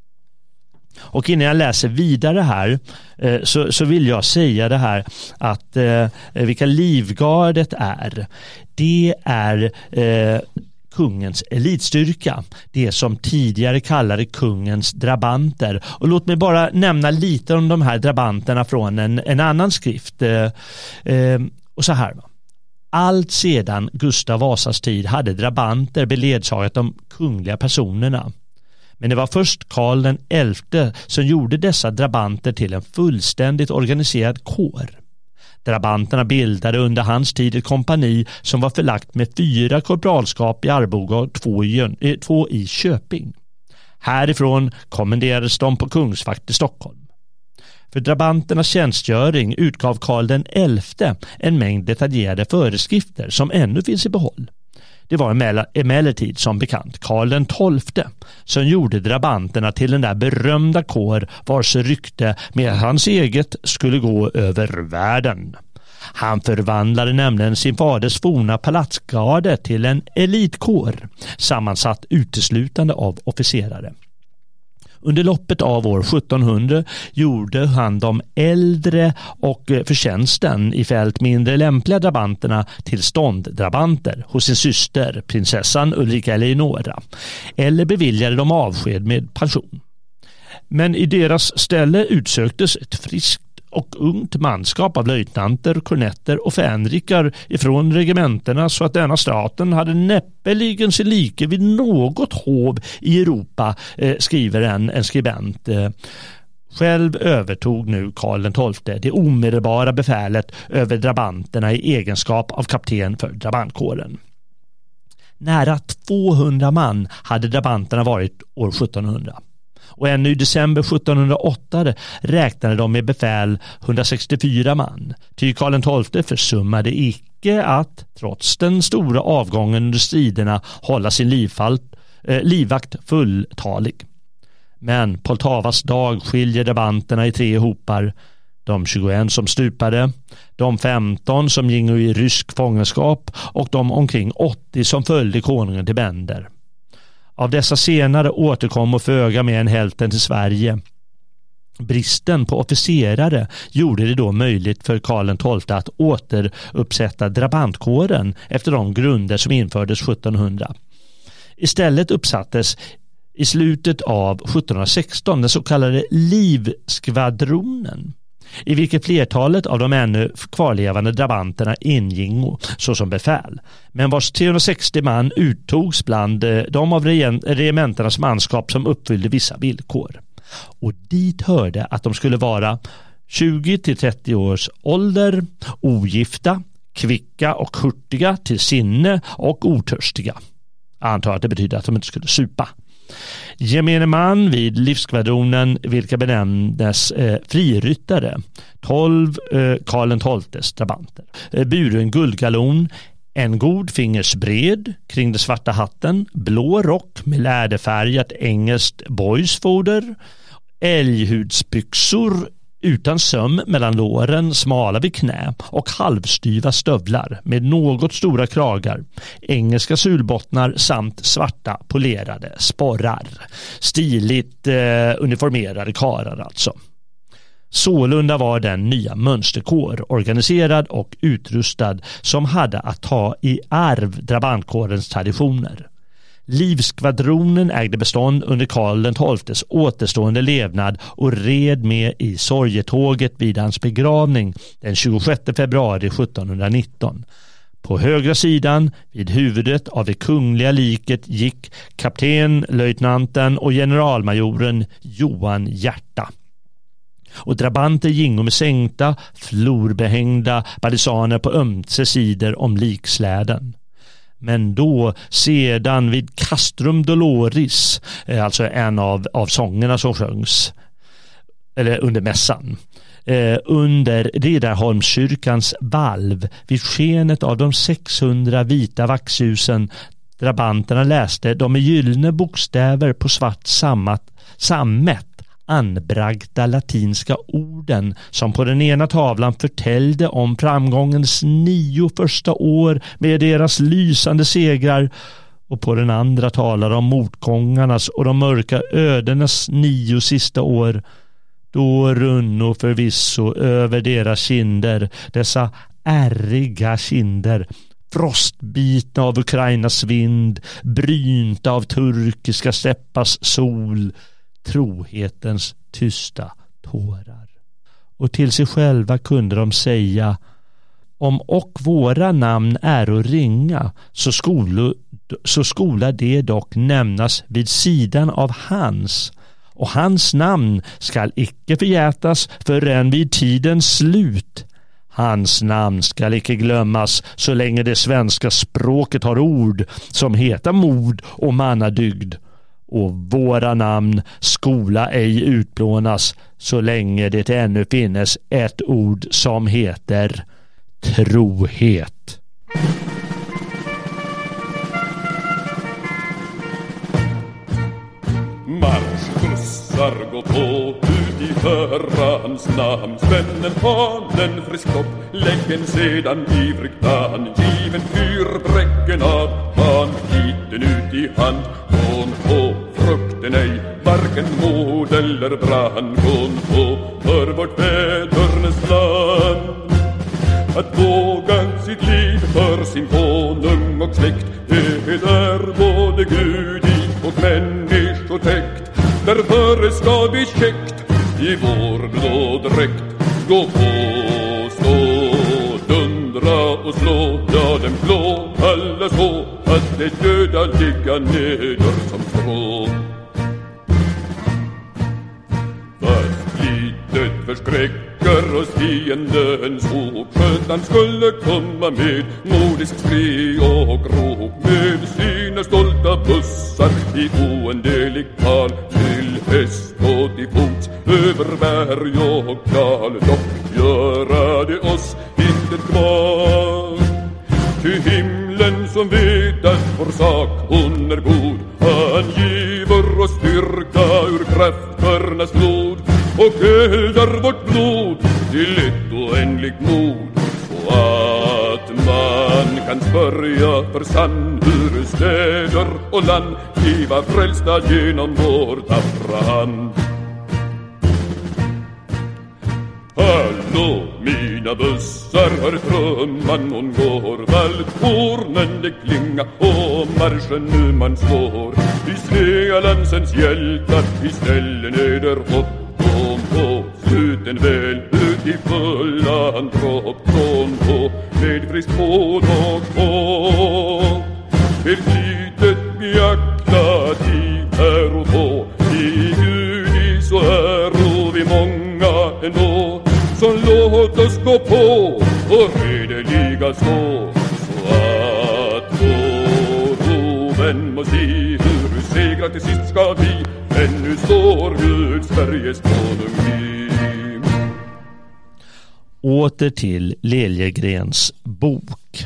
Och innan jag läser vidare här så vill jag säga det här att vilka livgardet är. Det är kungens elitstyrka. Det som tidigare kallade kungens drabanter. Och låt mig bara nämna lite om de här drabanterna från en annan skrift. Och så här va. Allt sedan Gustav Vasas tid hade drabanter beledsagat de kungliga personerna. Men det var först Karl den XI som gjorde dessa drabanter till en fullständigt organiserad kår. Drabanterna bildade under hans tid ett kompani som var förlagt med 4 korpralskap i Arboga och 2 i Köping. Härifrån kommenderades de på Kungsvakt i Stockholm. För drabanternas tjänstgöring utgav Karl den XI en mängd detaljerade föreskrifter som ännu finns i behåll. Det var emellertid som bekant Karl den XII som gjorde drabanterna till den där berömda kår vars rykte med hans eget skulle gå över världen. Han förvandlade nämligen sin faders forna palatsgarde till en elitkår sammansatt uteslutande av officerare. Under loppet av år 1700 gjorde han de äldre och för tjänsten i fält mindre lämpliga drabanterna till stånddrabanter hos sin syster, prinsessan Ulrika Eleonora, eller beviljade de avsked med pension. Men i deras ställe utsöktes ett friskt och ungt manskap av löjtnanter, kornetter och fänrikar ifrån regementerna så att denna staten hade näppeligen sin like vid något hov i Europa, skriver en skribent. Själv övertog nu Karl den XII det omedelbara befälet över drabanterna i egenskap av kapten för drabantkåren. Nära 200 man hade drabanterna varit år 1700. Och ännu i december 1708 räknade de med befäl 164 man. Ty Karl XII försummade icke att, trots den stora avgången under striderna, hålla sin livvakt fulltalig. Men Poltavas dag skiljer drabanterna i 3 hopar. de 21 som stupade, de 15 som gick i rysk fångenskap och de omkring 80 som följde konungen till Bender. Av dessa senare återkom och föga mer än hälften till Sverige. Bristen på officerare gjorde det då möjligt för Karl XII att återuppsätta drabantkåren efter de grunder som infördes 1700. Istället uppsattes i slutet av 1716 den så kallade Livskvadronen, i vilket flertalet av de ännu kvarlevande drabanterna ingick såsom befäl, men vars 360 man uttogs bland de av regementernas manskap som uppfyllde vissa villkor. Och dit hörde att de skulle vara 20-30 års ålder, ogifta, kvicka och hurtiga till sinne och otörstiga. Jag antar att det betyder att de inte skulle supa. Gemene man vid livskvadronen, vilka benämndes friryttare, 12 Karl XII:s drabanter, buren guldgalon, en god fingers bred kring det svarta hatten, blå rock med läderfärgat engelskt boysfoder, älghudsbyxor utan söm mellan låren, smala vid knä och halvstyva stövlar med något stora kragar, engelska sulbottnar samt svarta polerade sporrar. Stiligt uniformerade karar alltså. Sålunda var den nya mönsterkår organiserad och utrustad som hade att ta i arv drabantkårens traditioner. Livskvadronen ägde bestånd under Karl XII:s återstående levnad och red med i sorgetåget vid hans begravning den 26 februari 1719. På högra sidan vid huvudet av det kungliga liket gick kapten, löjtnanten och generalmajoren Johan Hjärta. Och drabanter gingo med sänkta, florbehängda balisaner på ömse sidor om liksläden. Men då sedan vid Castrum Doloris, alltså en av sångerna som sjöngs eller under mässan, under Riddarholmskyrkans valv vid skenet av de 600 vita vaxhusen drabanterna läste de med gyllene bokstäver på svart sammet anbragta latinska orden som på den ena tavlan förtällde om framgångens 9 första år med deras lysande segrar och på den andra talar om motgångarnas och de mörka ödenas 9 sista år. Då runno förvisso över deras kinder, dessa ärriga kinder, frostbitna av Ukrainas vind, brynta av turkiska steppas sol, trohetens tysta tårar. Och till sig själva kunde de säga: om och våra namn är att ringa, så skola det dock nämnas vid sidan av hans, och hans namn skall icke förgätas förrän vid tidens slut. Hans namn skall icke glömmas så länge det svenska språket har ord som heter mod och mannadygd. Och våra namn skola ej utplånas så länge det ännu finnes ett ord som heter trohet. Marschbussar gå på ut i förrans namn. Spännen hanen frisk upp, läggen sedan ivrigt an. Given fyrbräcken av han, hiten ut i hand. Gån på frukten ej, varken mod eller brand. Gån på för vårt fädernes land. Att våga sitt liv för sin konung och släkt, det är både gudig och människor täckt. Därför ska vi käckt i vår blå dräkt gå på, stå, dundra och slå. Ja, den blå alla så att det döda ligga neder som strå. Fast litet förskräcker oss fiendens hot. Skötan skulle komma med modisk fri och grå, med sina stolta bussar i oändelig tal, till häst och till fots över berg och dal. Dock göra det oss inte kvar, ty himlen som vet att vår sak hon är god, han giver oss styrka ur krafternas blod och eldar vårt blod till evigt mod, så att man kan spörja för sann hur städer och land giva frälsta genom vår tappra hand. Hallå, mina bussar, hör trumman hon går, valthornen det klinga och marschen nu man slår. I Svealandsens hjältar, i ställen eder hopp om på, sluten väl ut i fulla antropp från på, med friskt håd och hopp. Ett litet beaktat i här och på, i Gud i så är vi många ändå. Så låt oss gå på och redeliga stå, så att vår vän må se hur segrar till sist ska bli. Men nu står Gud Sveriges konung i. Åter till Liljegrens bok.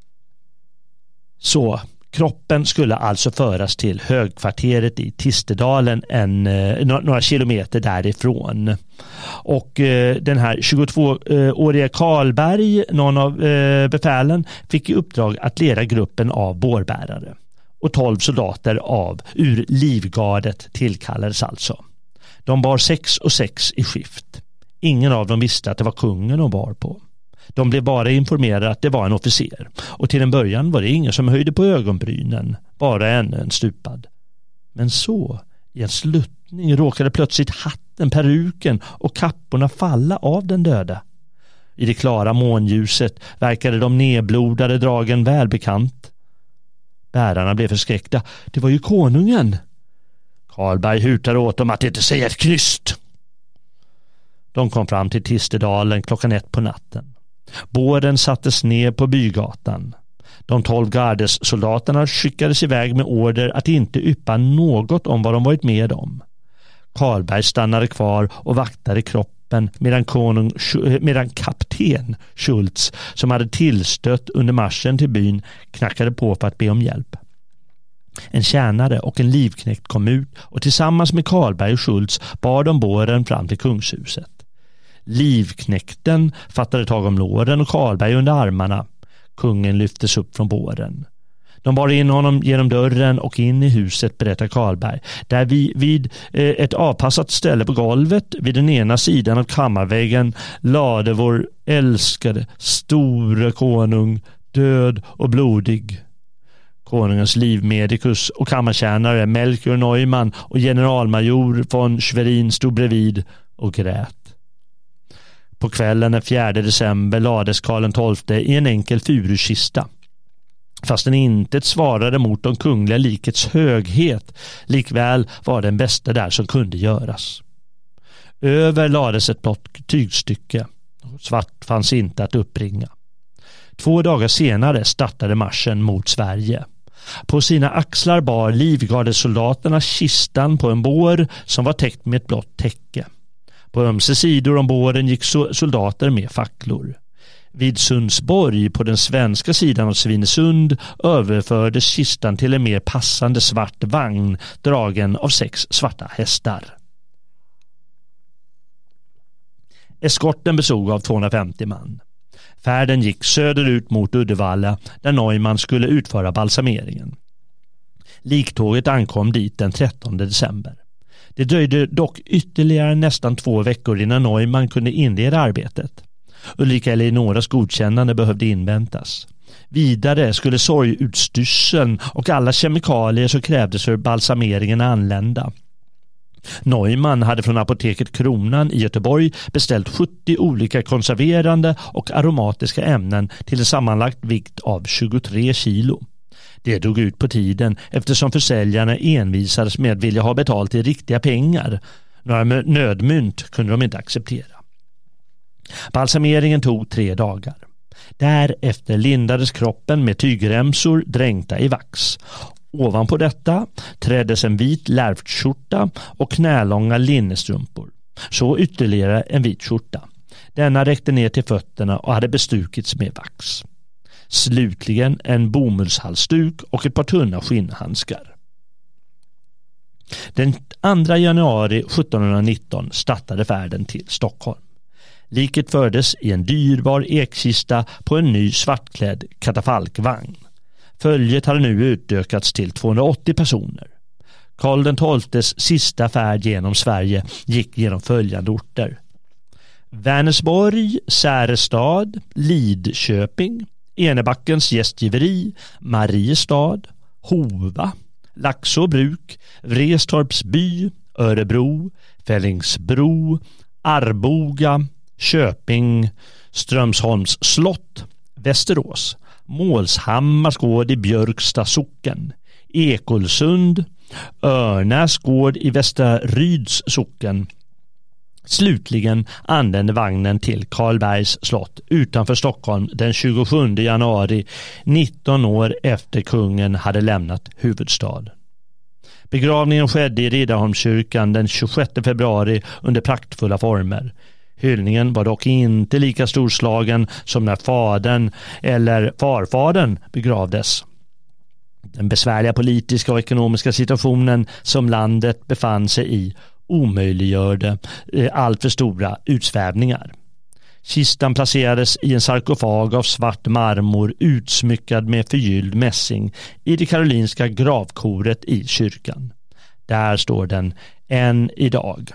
Så kroppen skulle alltså föras till högkvarteret i Tistedalen, några kilometer därifrån. Och den här 22-åriga Karlberg, någon av befälen, fick i uppdrag att leda gruppen av bårbärare. Och 12 soldater ur livgardet tillkallades alltså. De bar 6 och 6 i skift. Ingen av dem visste att det var kungen de bar på. De blev bara informerade att det var en officer. Och till en början var det ingen som höjde på ögonbrynen, bara ännu en stupad. Men så, i en sluttning, råkade plötsligt hatten, peruken och kapporna falla av den döda. I det klara månljuset verkade de nedblodade dragen välbekant. Bärarna blev förskräckta. Det var ju konungen. Karlberg hutade åt dem att inte säga ett knyst. De kom fram till Tistedalen 1:00 på natten. Båren sattes ner på bygatan. De 12 gardessoldaterna skickades iväg med order att inte yppa något om vad de varit med om. Karlberg stannade kvar och vaktade kroppen medan kapten Schultz, som hade tillstött under marschen till byn, knackade på för att be om hjälp. En tjänare och en livknekt kom ut och tillsammans med Karlberg och Schultz bar de båren fram till kungshuset. Livknekten fattade tag om låren och Karlberg under armarna. Kungen lyftes upp från båren. De bar in honom genom dörren och in i huset, berättar Karlberg. Där vid ett avpassat ställe på golvet vid den ena sidan av kammarväggen lade vår älskade stora konung död och blodig. Konungens livmedikus och kammartjänare Melchior Neumann och generalmajor von Schwerin stod bredvid och grät. På kvällen den 4 december lades Karl XII i en enkel furukista. Fast den inte svarade mot de kungliga likets höghet, likväl var den bästa där som kunde göras. Över lades ett blått tygstycke. Svart fanns inte att uppbringa. 2 dagar senare startade marschen mot Sverige. På sina axlar bar livgardesoldaterna kistan på en bår som var täckt med ett blått täcke. På ömse sidor om båren gick soldater med facklor. Vid Sundsborg på den svenska sidan av Svinesund överfördes kistan till en mer passande svart vagn dragen av 6 svarta hästar. Eskorten bestod av 250 man. Färden gick söderut mot Uddevalla där Neumann skulle utföra balsameringen. Liktåget ankom dit den 13 december. Det dröjde dock ytterligare nästan 2 veckor innan Neumann kunde inleda arbetet. Ulrika Eleonoras godkännande behövde inväntas. Vidare skulle sorgutstyrseln och alla kemikalier som krävdes för balsameringen anlända. Neumann hade från apoteket Kronan i Göteborg beställt 70 olika konserverande och aromatiska ämnen till en sammanlagt vikt av 23 kilo. Det drog ut på tiden eftersom försäljarna envisades med att vilja ha betalt i riktiga pengar. Några nödmynt kunde de inte acceptera. Balsameringen tog 3 dagar. Därefter lindades kroppen med tygremsor dränkta i vax. Ovanpå detta träddes en vit lärvskjorta och knälånga linnestrumpor. Så ytterligare en vit skjorta. Denna räckte ner till fötterna och hade bestukits med vax. Slutligen en bomullshalsduk och ett par tunna skinnhandskar. Den 2 januari 1719 startade färden till Stockholm. Liket fördes i en dyrbar ekkista på en ny svartklädd katafalkvagn. Följet hade nu utökats till 280 personer. Karl XII:s sista färd genom Sverige gick genom följande orter: Vänersborg, Särestad, Lidköping, Enebackens gästgiveri, Mariestad, Hova, Laxåbruk, Vrestorps by, Örebro, Fällingsbro, Arboga, Köping, Strömsholms slott, Västerås, Målshammars gård i Björksta socken, Ekolsund, Örnäs gård i Västerryds socken. Slutligen anlände vagnen till Karlbergs slott utanför Stockholm den 27 januari, 19 år efter kungen hade lämnat huvudstad. Begravningen skedde i Riddarholmskyrkan den 26 februari under praktfulla former. Hyllningen var dock inte lika storslagen som när fadern eller farfadern begravdes. Den besvärliga politiska och ekonomiska situationen som landet befann sig i omöjliggjorde alltför stora utsvävningar. Kistan placerades i en sarkofag av svart marmor utsmyckad med förgylld mässing i det karolinska gravkoret i kyrkan. Där står den än idag.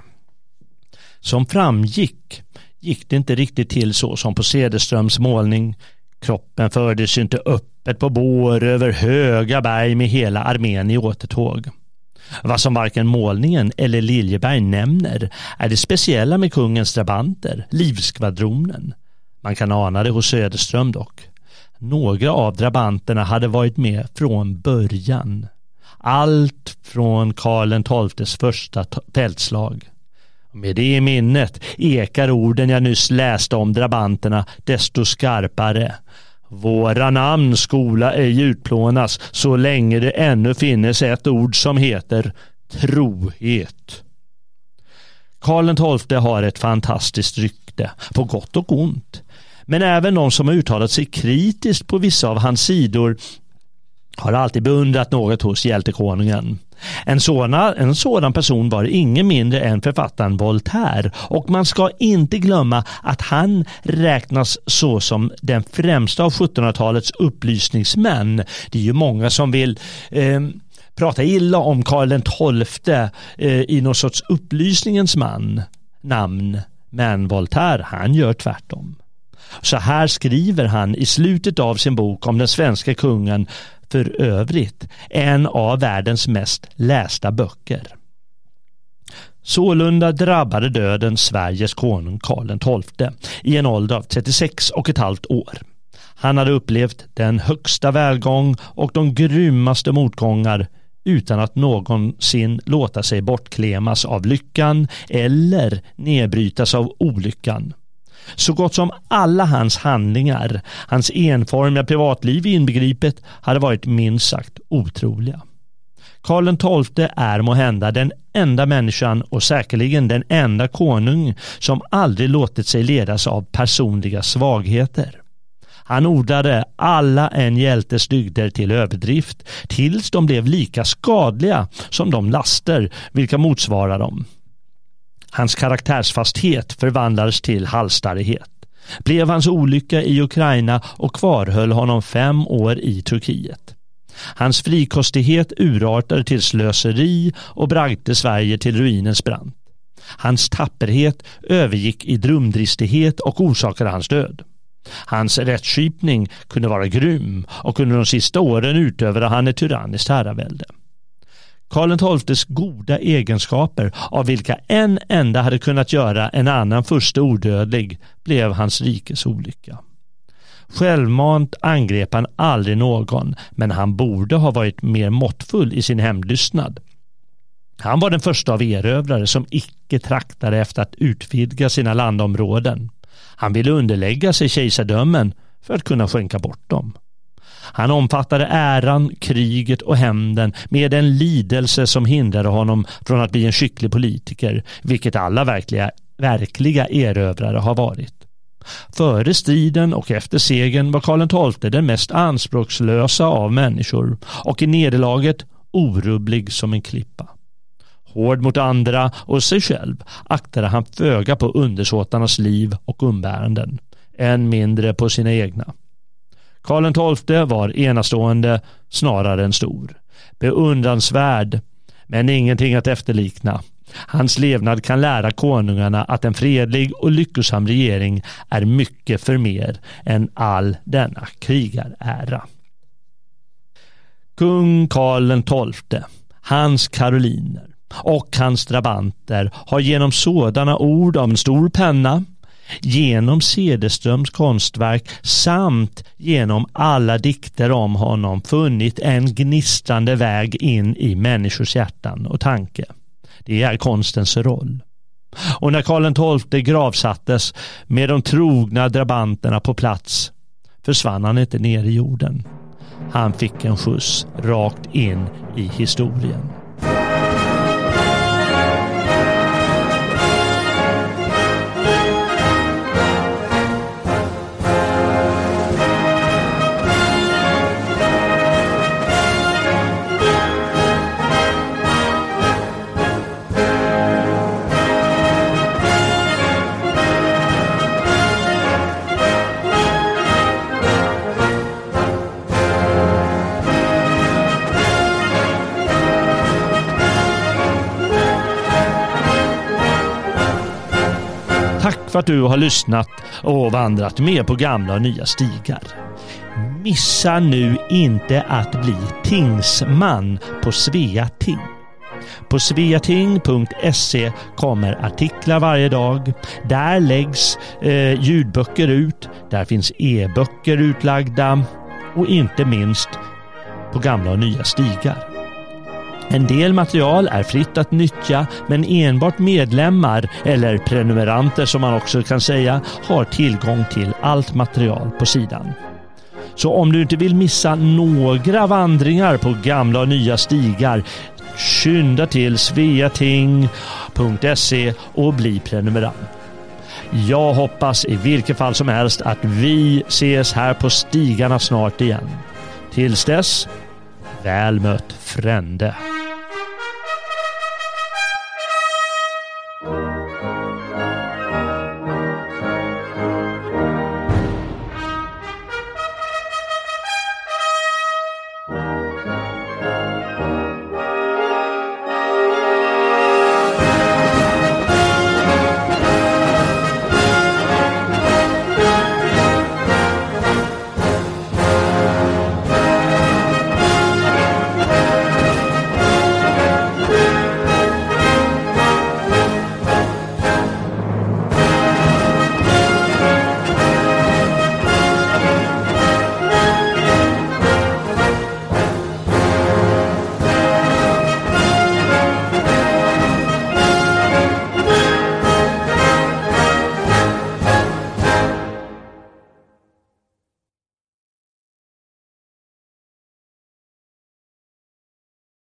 Som framgick gick det inte riktigt till så som på Cederströms målning. Kroppen fördes inte öppet på bår över höga berg med hela armén i återtåg. Vad som varken målningen eller Liljeberg nämner är det speciella med kungens drabanter, livskvadronen. Man kan ana det hos Söderström dock. Några av drabanterna hade varit med från början. Allt från Karl XII:s första fältslag. Med det i minnet ekar orden jag nyss läste om drabanterna desto skarpare. Våra namn skola ej utplånas så länge det ännu finnes ett ord som heter trohet. Karl XII har ett fantastiskt rykte, på gott och ont. Men även de som har uttalat sig kritiskt på vissa av hans sidor har alltid beundrat något hos hjältekonungen. En sådan person var ingen mindre än författaren Voltaire, och man ska inte glömma att han räknas så som den främsta av 1700-talets upplysningsmän. Det är ju många som vill prata illa om Karl XII i någon sorts upplysningens namn, men Voltaire, han gör tvärtom. Så här skriver han i slutet av sin bok om den svenska kungen, för övrigt en av världens mest lästa böcker. Sålunda drabbade döden Sveriges konung Karl XII i en ålder av 36,5 år. Han hade upplevt den högsta välgång och de grymmaste motgångar utan att någonsin låta sig bortklemas av lyckan eller nedbrytas av olyckan. Så gott som alla hans handlingar, hans enformiga privatliv inbegripet, hade varit minst sagt otroliga. Karl XII är måhända den enda människan och säkerligen den enda konung som aldrig låtit sig ledas av personliga svagheter. Han ordade alla en hjältes dygder till överdrift tills de blev lika skadliga som de laster vilka motsvarar dem. Hans karaktärsfasthet förvandlades till halsstarrighet. Blev hans olycka i Ukraina och kvarhöll honom 5 år i Turkiet. Hans frikostighet urartade till slöseri och bragte Sverige till ruinens brant. Hans tapperhet övergick i drumdristighet och orsakade hans död. Hans rättskipning kunde vara grym och under de sista åren utövade han ett tyranniskt herravälde. Karl XII:s goda egenskaper, av vilka en enda hade kunnat göra en annan första odödlig, blev hans rikes olycka. Självmant angrep han aldrig någon, men han borde ha varit mer måttfull i sin hämndlystnad. Han var den första av erövrare som icke traktade efter att utvidga sina landområden. Han ville underlägga sig kejsardömen för att kunna skänka bort dem. Han omfattade äran, kriget och hämnden med en lidelse som hindrade honom från att bli en skicklig politiker, vilket alla verkliga erövrare har varit. Före striden och efter segern var Karl XII den mest anspråkslösa av människor och i nederlaget orubblig som en klippa. Hård mot andra och sig själv aktade han föga på undersåtarnas liv och umbäranden, än mindre på sina egna. Karl XII var enastående snarare än stor, beundransvärd, men ingenting att efterlikna. Hans levnad kan lära konungarna att en fredlig och lyckosam regering är mycket för mer än all denna krigarära. Kung Karl XII, hans karoliner och hans drabanter har genom sådana ord av en stor penna, genom Cederströms konstverk samt genom alla dikter om honom funnit en gnistrande väg in i människors hjärtan och tanke. Det är konstens roll. Och när Karl XII gravsattes med de trogna drabanterna på plats försvann han inte ner i jorden. Han fick en skjuts rakt in i historien. För att du har lyssnat och vandrat med på gamla och nya stigar. Missa nu inte att bli tingsman på Svea ting. På sveating.se kommer artiklar varje dag. Där läggs ljudböcker ut. Där finns e-böcker utlagda. Och inte minst på gamla och nya stigar. En del material är fritt att nyttja, men enbart medlemmar eller prenumeranter som man också kan säga har tillgång till allt material på sidan. Så om du inte vill missa några vandringar på gamla och nya stigar, skynda till sveating.se och bli prenumerant. Jag hoppas i vilket fall som helst att vi ses här på stigarna snart igen. Tills dess, väl mött frände.